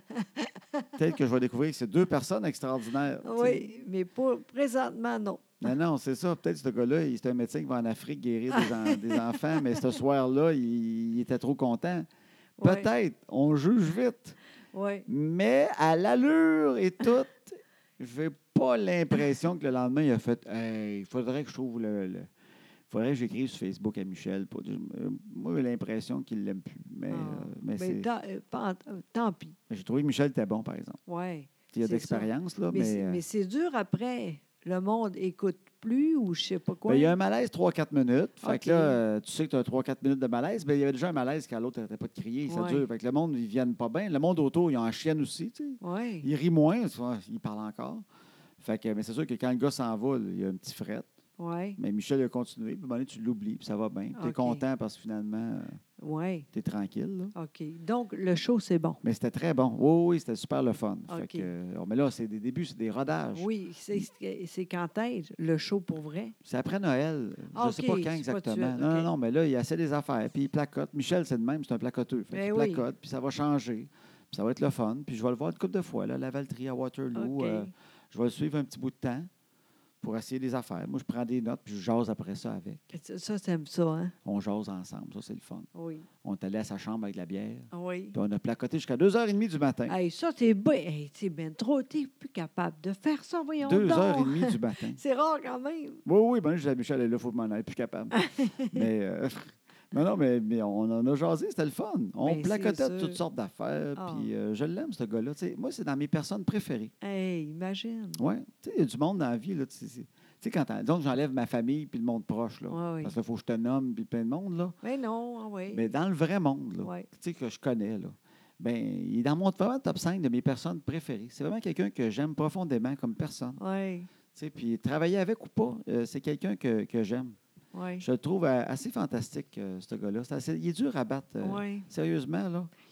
Peut-être que je vais découvrir que c'est deux personnes extraordinaires. tu sais. Oui, mais pas présentement, non. Non, non, c'est ça. Peut-être que ce gars-là, il- c'est un médecin qui va en Afrique guérir des, en- des enfants, mais ce soir-là, il, il était trop content. Oui. Peut-être, on juge vite. Oui. Mais à l'allure et tout, j'ai pas l'impression que le lendemain, il a fait Hey, il faudrait que je trouve le. le- faudrait que j'écrive sur Facebook à Michel. Pour dire- euh, Moi, j'ai l'impression qu'il l'aime plus. Mais, Ah. euh, mais Mais c'est- tant, euh, pas en- euh, tant pis. j'ai trouvé que Michel était bon, par exemple. Oui. Il y a C'est d'expérience, là, Mais, mais. c'est- euh, mais c'est dur après. Le monde écoute plus ou je sais pas quoi. ben, il y a un malaise trois quatre minutes. Fait OK. que là, euh, tu sais que tu as trois quatre minutes de malaise. Ben, il y avait déjà un malaise quand l'autre n'arrêtait pas de crier. Ça Ouais. dure. Fait que le monde, ils viennent pas bien. Le monde autour, ils en chienne aussi. Tu sais. Oui. Ils rient moins. tu vois, Ils parlent encore. Fait que, mais c'est sûr que quand le gars s'en va, là, il y a un petit fret. Oui. Mais Michel a continué. Puis à un moment donné, tu l'oublies. Puis ça va bien. Tu es OK. content parce que finalement, Oui. tu es tranquille. Là. OK. Donc, le show, c'est bon. Mais c'était très bon. Oui, oui, c'était super le fun. Fait OK. que, euh, mais là, c'est des débuts, c'est des rodages. Oui. C'est c'est quand est le show pour vrai? C'est après Noël. Je Ah, ne sais OK, pas quand c'est pas tout de exactement. suite, Non, OK. non, non, mais là, il essaie des affaires. Puis il placote. Michel, c'est le même, c'est un placoteux. Fait Ben qu'il oui. placote, puis ça va changer. Puis ça va être le fun. Puis je vais le voir une couple de fois, là, la Valtrie à Waterloo. OK. Euh, je vais le suivre un petit bout de temps pour essayer des affaires. Moi, je prends des notes, puis je jase après ça avec. Ça, ça, t'aimes ça, hein? On jase ensemble. Ça, c'est le fun. Oui. On est allé à sa chambre avec de la bière. Oui. Puis on a placoté jusqu'à deux heures trente du matin. Hey, ça, t'es bien. Hey, t'es bien trop. T'es plus capable de faire ça, voyons deux donc. heures trente du matin. C'est rare quand même. Oui, oui, ben, je disais à Michel, là, il faut que je m'en aille, plus capable. mais, euh, non, non, mais, mais on en a jasé, c'était le fun. On Ben, c'est placotait sûr. toutes sortes d'affaires, Ah. puis euh, je l'aime, ce gars-là. Tu sais, moi, c'est dans mes personnes préférées. Hey, imagine. Oui, tu sais, il y a du monde dans la vie, là. Tu sais, c'est- tu sais, quand t'en- disons que j'enlève ma famille puis le monde proche, là. Ouais, oui. Parce qu'il faut que je te nomme, puis plein de monde, là. Mais non, ah oui. Mais dans le vrai monde, là, Ouais. tu sais, que je connais, là, ben, il est dans mon vraiment top cinq de mes personnes préférées. C'est vraiment quelqu'un que j'aime profondément comme personne. Oui, Tu sais, puis travailler avec ou pas, euh, c'est quelqu'un que, que j'aime. oui. Je le trouve euh, assez fantastique, euh, ce gars-là. C'est assez- il est dur à battre. euh, Oui. Sérieusement, là.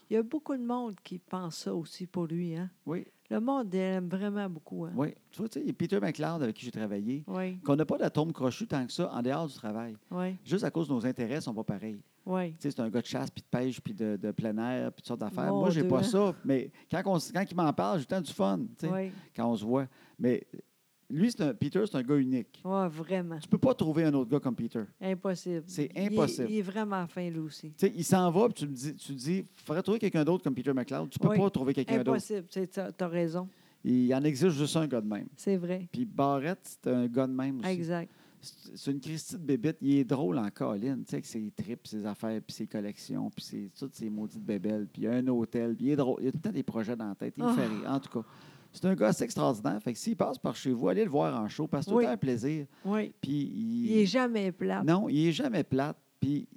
Il y a beaucoup de monde qui pense ça aussi pour lui. Hein? Oui, Le monde aime vraiment beaucoup. Hein? oui. Tu vois, tu sais, il y a Peter McLeod, avec qui j'ai travaillé, Oui, qu'on n'a pas d'atome crochu tant que ça en dehors du travail. oui, Juste à cause de nos intérêts, ils sont pas pareils. oui. Tu sais, c'est un gars de chasse, puis de pêche, puis de, de plein air, puis toutes sortes d'affaires. Mon Moi, j'ai Dieu, pas hein? ça. Mais quand, on s- quand il m'en parle, j'ai tout le temps du fun, tu sais, Oui, quand on se voit. Mais lui, c'est un, Peter, c'est un gars unique. ouais, vraiment. Tu peux pas trouver un autre gars comme Peter. Impossible. C'est Il est- impossible. Il est, vraiment fin, lui aussi. Tu sais, il s'en va, puis tu me dis, tu te dis, il faudrait trouver quelqu'un d'autre comme Peter McLeod. Tu peux Oui, pas trouver quelqu'un d'autre. impossible. Tu as raison. Il en existe juste un gars de même. C'est vrai. Puis Barrett, c'est un gars de même aussi. Exact. C'est c'est une Christie de bébête. Il est drôle en colline, tu sais, avec ses trips, ses affaires, puis ses collections, puis ses, toutes ses maudites bébelles. Puis il y a un hôtel, puis il est drôle. Il a tout le temps des projets dans la tête. Il me fait Oh. rire, en tout cas. C'est un gars assez extraordinaire. Fait que s'il passe par chez vous, allez le voir en show, parce que c'est tout Oui. le temps un plaisir. Oui. Puis il... Il n'est jamais plat. Non, il est jamais plate. Puis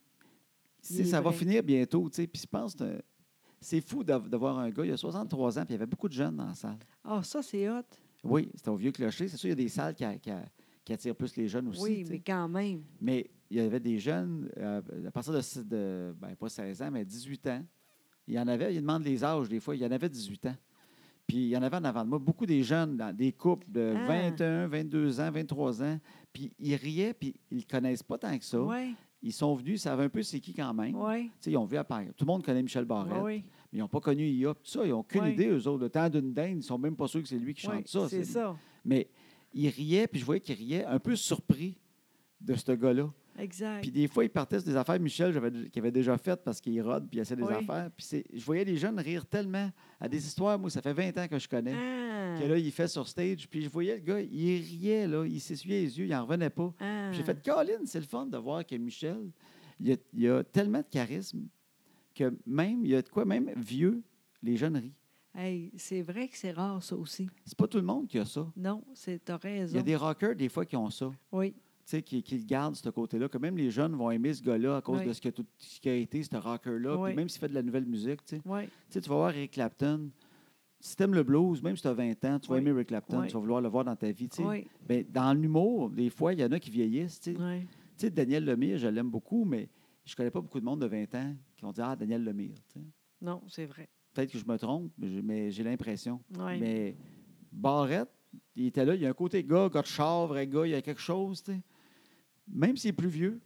tu sais, Il est ça va vrai. finir bientôt, tu sais. Puis je pense que c'est fou d'av- de voir un gars, il a soixante-trois ans, puis il y avait beaucoup de jeunes dans la salle. Ah, ça, c'est hot. Oui, c'était au Vieux Clocher. C'est sûr, il y a des salles qui, a- qui a- qui attirent plus les jeunes aussi. Oui, tu sais. mais quand même. Mais il y avait des jeunes, euh, à partir de, six- de ben, pas seize ans, mais dix-huit ans. Il y en avait, il demande les âges des fois, il y en avait dix-huit ans. Puis il y en avait en avant de moi, beaucoup des jeunes, dans des couples de Ah. vingt et un, vingt-deux ans, vingt-trois ans. Puis ils riaient, puis ils ne le connaissent pas tant que ça. Oui, Ils sont venus, ils savaient un peu c'est qui quand même. oui, Tu sais, ils ont vu apparaître. Tout le monde connaît Michel Barrette, oui, mais ils n'ont pas connu I A. Tout ça, ils n'ont aucune Ouais. idée, eux autres. Le temps d'une dinde, ils ne sont même pas sûrs que c'est lui qui oui. chante ça. C'est ça. Mais ils riaient, puis je voyais qu'ils riaient, un peu surpris de ce gars-là. Exact. Puis des fois, ils partaient sur des affaires, Michel, j'avais, qu'il avait déjà faites parce qu'il rôde, puis il essaie des Oui. affaires. Puis c'est, je voyais les jeunes rire tellement à des histoires, moi, ça fait vingt ans que je connais, Ah. que là, il fait sur stage. Puis je voyais le gars, il riait, là, il s'essuyait les yeux, il n'en revenait pas. Ah. Puis j'ai fait, Colin, c'est le fun de voir que Michel, il a, il a tellement de charisme que même, il y a de quoi, même vieux, les jeunes rient. Hey, c'est vrai que c'est rare, ça aussi. C'est pas tout le monde qui a ça. Non, c'est t'as Il y raison. a des rockers, des fois, qui ont ça. Oui, Tu sais, qui, qui le gardent, ce côté-là, que même les jeunes vont aimer ce gars-là à cause Oui. de ce, que tout- ce qui a été, ce rocker-là. Oui. Puis même s'il fait de la nouvelle musique, tu sais. oui, Tu sais, tu vas voir Eric Clapton. Si tu aimes le blues, même si tu as vingt ans, tu vas Oui. aimer Eric Clapton, Oui. tu vas vouloir le voir dans ta vie. tu sais. oui, Ben, dans l'humour, des fois, il y en a qui vieillissent. Tu sais. oui. Tu sais, Daniel Lemire, je l'aime beaucoup, mais je ne connais pas beaucoup de monde de vingt ans qui vont dire Ah, Daniel Lemire. tu sais. Non, c'est vrai. Peut-être que je me trompe, mais j'ai- mais j'ai l'impression. Oui. Mais Barrette, il était là, il y a un côté gars, gars de char, vrai gars, il y a quelque chose. tu sais. Même s'il est plus vieux,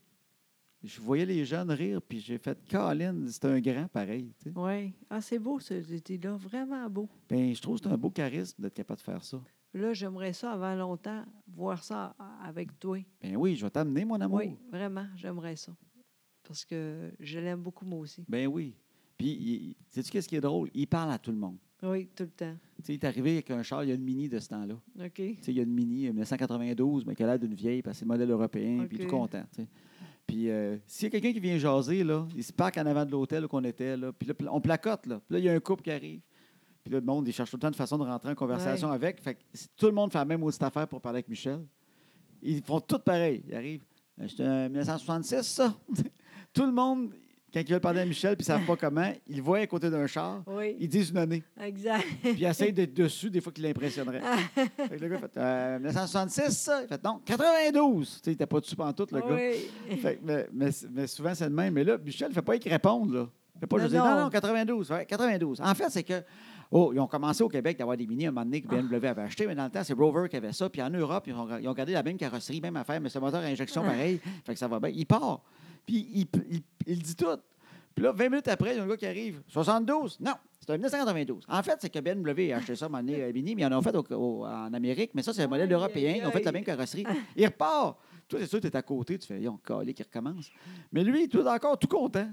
je voyais les jeunes rire, puis j'ai fait Colin, c'est un grand pareil. tu sais. Oui. Ah, c'est beau, ce là vraiment beau. Ben, je trouve que c'est un beau charisme d'être capable de faire ça. Là, j'aimerais ça avant longtemps, voir ça avec toi. Ben oui, je vais t'amener, mon amour. Oui, vraiment, j'aimerais ça. Parce que je l'aime beaucoup, moi aussi. Ben oui. Puis, il- sais-tu qu'est-ce qui est drôle? Il parle à tout le monde. Oui, tout le temps. Tu sais, il est arrivé avec un char, il y a une Mini de ce temps-là. OK. Tu sais, il y a une Mini, dix-neuf cent quatre-vingt-douze, mais qui a l'air d'une vieille, parce que c'est le modèle européen, puis il est OK. tout content. tu sais. Puis, euh, s'il y a quelqu'un qui vient jaser, là, il se parque en avant de l'hôtel où on était, là, puis là, on placote, là. Puis là, il y a un couple qui arrive. Puis là, le monde, il cherche tout le temps de façon de rentrer en conversation Ouais. avec. Fait que c'est- tout le monde fait la même autre affaire pour parler avec Michel. Ils font tout pareil. Ils arrivent. Euh, C'est un mille neuf cent soixante-six, ça. Tout le monde, quand ils veulent parler à Michel, puis ils ne savent pas comment, ils le voient à côté d'un char, Oui, ils disent une année. exact. Puis ils essayent d'être dessus des fois qu'il l'impressionnerait. Fait que le gars fait euh, mille neuf cent soixante-six, ça. Il fait non, quatre-vingt-douze. Tu sais, il n'était pas dessus pantoute, le gars. Oui. Fait que, mais, mais, mais souvent, c'est le même. Mais là, Michel ne fait pas qu'il réponde, là. Il fait pas Non, juste dire, non. non, non, quatre-vingt-douze. Ouais, quatre-vingt-douze. En fait, c'est que, oh, ils ont commencé au Québec d'avoir des Mini à un moment donné que B M W avait acheté, mais dans le temps, c'est Rover qui avait ça. Puis en Europe, ils ont, ils ont gardé la même carrosserie, même affaire, mais ce moteur à injection pareil. Fait que ça va bien. Il part. Puis il, il, il dit tout. Puis là, vingt minutes après, il y a un gars qui arrive. soixante-douze? Non, c'est un mille neuf cent quatre-vingt-douze. En fait, c'est que B M W a acheté ça à un moment donné, euh, Mini, mais ils en ont fait au- au- en Amérique. Mais ça, c'est un modèle Aïe, européen. aïe, Ils ont fait la aïe. même carrosserie. Il repart. Toi, c'est sûr, tu es à côté. Tu fais, ils ont calé qui recommence. Mais lui, tout encore tout content.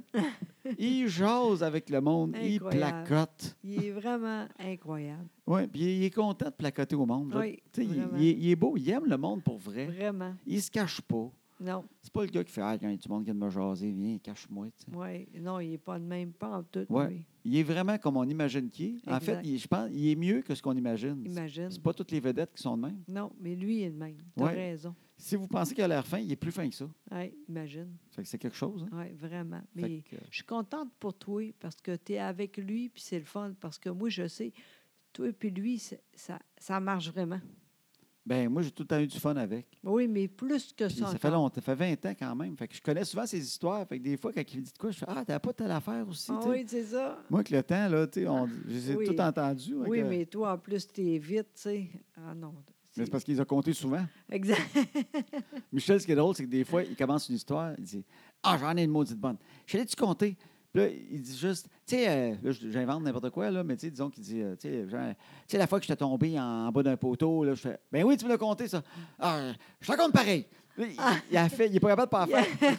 Il jase avec le monde. Il Incroyable. placote. Il est vraiment incroyable. Oui, puis il est content de placoter au monde. là. Oui, Tu sais, il, vraiment. il est, il est beau. Il aime le monde pour vrai. Vraiment. Il se cache pas. Non. C'est pas le gars qui fait Ah, quand il y a du monde qui vient de me jaser, viens, cache-moi. tu sais. Oui. Non, il n'est pas de même, pas en tout. Ouais. lui. Il est vraiment comme on imagine qu'il est. En fait, Exact. il, je pense il est mieux que ce qu'on imagine. Imagine. C'est pas toutes les vedettes qui sont de même. Non, mais lui, il est de même. Tu as Ouais. raison. Si vous pensez qu'il a l'air fin, il est plus fin que ça. Oui, imagine. Fait que c'est quelque chose. Hein? Oui, vraiment. Fait Mais que, euh, je suis contente pour toi parce que tu es avec lui, puis c'est le fun. Parce que moi, je sais, toi et puis lui, c'est- ça, ça marche vraiment. Ben moi, j'ai tout le temps eu du fun avec. Oui, mais plus que Puis ça ça encore. fait longtemps, ça fait vingt ans quand même. Fait que je connais souvent ces histoires. Fait que des fois, quand il me dit de quoi, je fais Ah, t'as pas telle affaire aussi. Ah tu sais. oui, c'est ça. Moi, avec le temps, là, tu sais, on- j'ai Oui. tout entendu. Oui, que- mais toi, en plus, t'es vite, tu sais. Ah non. Mais c'est parce qu'ils ont compté souvent. Exact. Michel, ce qui est drôle, c'est que des fois, il commence une histoire, il dit Ah, j'en ai une maudite bonne. Je l'ai-tu compter? Puis là, il dit juste, tu sais, euh, là, j'invente n'importe quoi, là, mais tu sais, disons qu'il dit, euh, tu sais, genre, tu sais, la fois que j'étais tombé en, en bas d'un poteau, là, je fais, ben oui, tu me l'as compté, ça. Ah, je te raconte pareil. Là, il, il a fait, il n'est pas capable de pas en faire.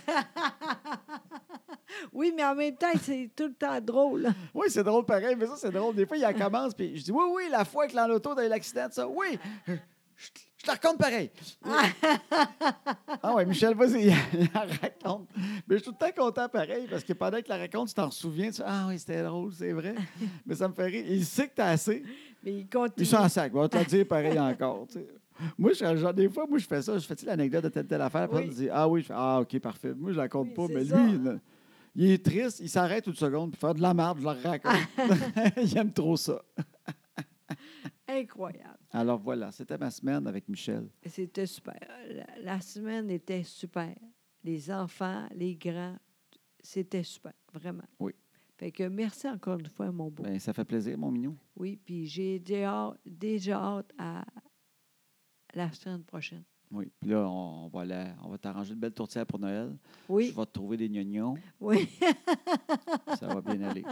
Oui, mais en même temps, c'est tout le temps drôle. Oui, c'est drôle pareil, mais ça, c'est drôle. Des fois, il en commence, puis je dis, oui, oui, la fois que dans l'auto, dans l'accident, ça, oui, je, je te raconte pareil. Ah ouais, Michel, vas-y, il en raconte. Mais je suis tout le temps content pareil, parce que pendant que la raconte, tu t'en souviens, tu dis, ah oui, c'était drôle, c'est vrai. Mais ça me fait rire. Il sait que t'as assez. Mais il continue. Il s'en sac, va te le dire pareil encore. Tu sais. Moi, je, genre, des fois, moi, je fais ça. Je fais l'anecdote de telle, telle affaire. Après, Oui. je dis, ah oui, je fais, ah OK, parfait. Moi, je la compte Oui, pas, c'est mais ça. lui, il, il est triste, il s'arrête une seconde, puis faire de la merde, je le raconte. Il aime trop ça. Incroyable. Alors voilà, c'était ma semaine avec Michel. C'était super. La, la semaine était super. Les enfants, les grands, c'était super, vraiment. Oui. Fait que merci encore une fois, mon beau. Ben, ça fait plaisir, mon mignon. Oui, puis j'ai déjà hâte, déjà hâte à la semaine prochaine. Oui. Puis là, on, on va, aller- on va t'arranger une belle tourtière pour Noël. Je Oui, vais te trouver des gnognons. oui, Ça va bien aller.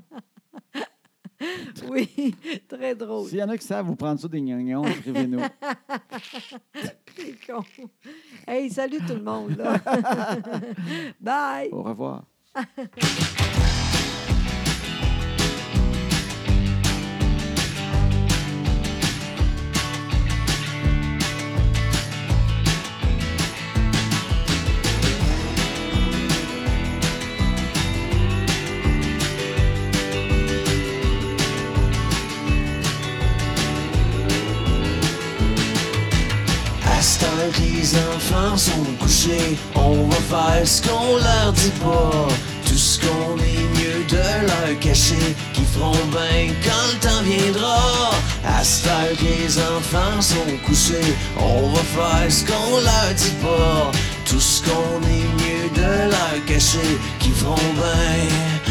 oui, très drôle. S'il y en a qui savent vous prendre ça des gnognons, écrivez-nous. C'est con. Hey, salut tout le monde, là. Bye. Au revoir. À cette heure que les enfants sont couchés, on va faire ce qu'on leur dit pas. Tout ce qu'on est mieux de leur cacher, qui feront bien quand le temps viendra. À cette heure que les enfants sont couchés, on va faire ce qu'on leur dit pas. Tout ce qu'on est mieux de leur cacher, qui feront bien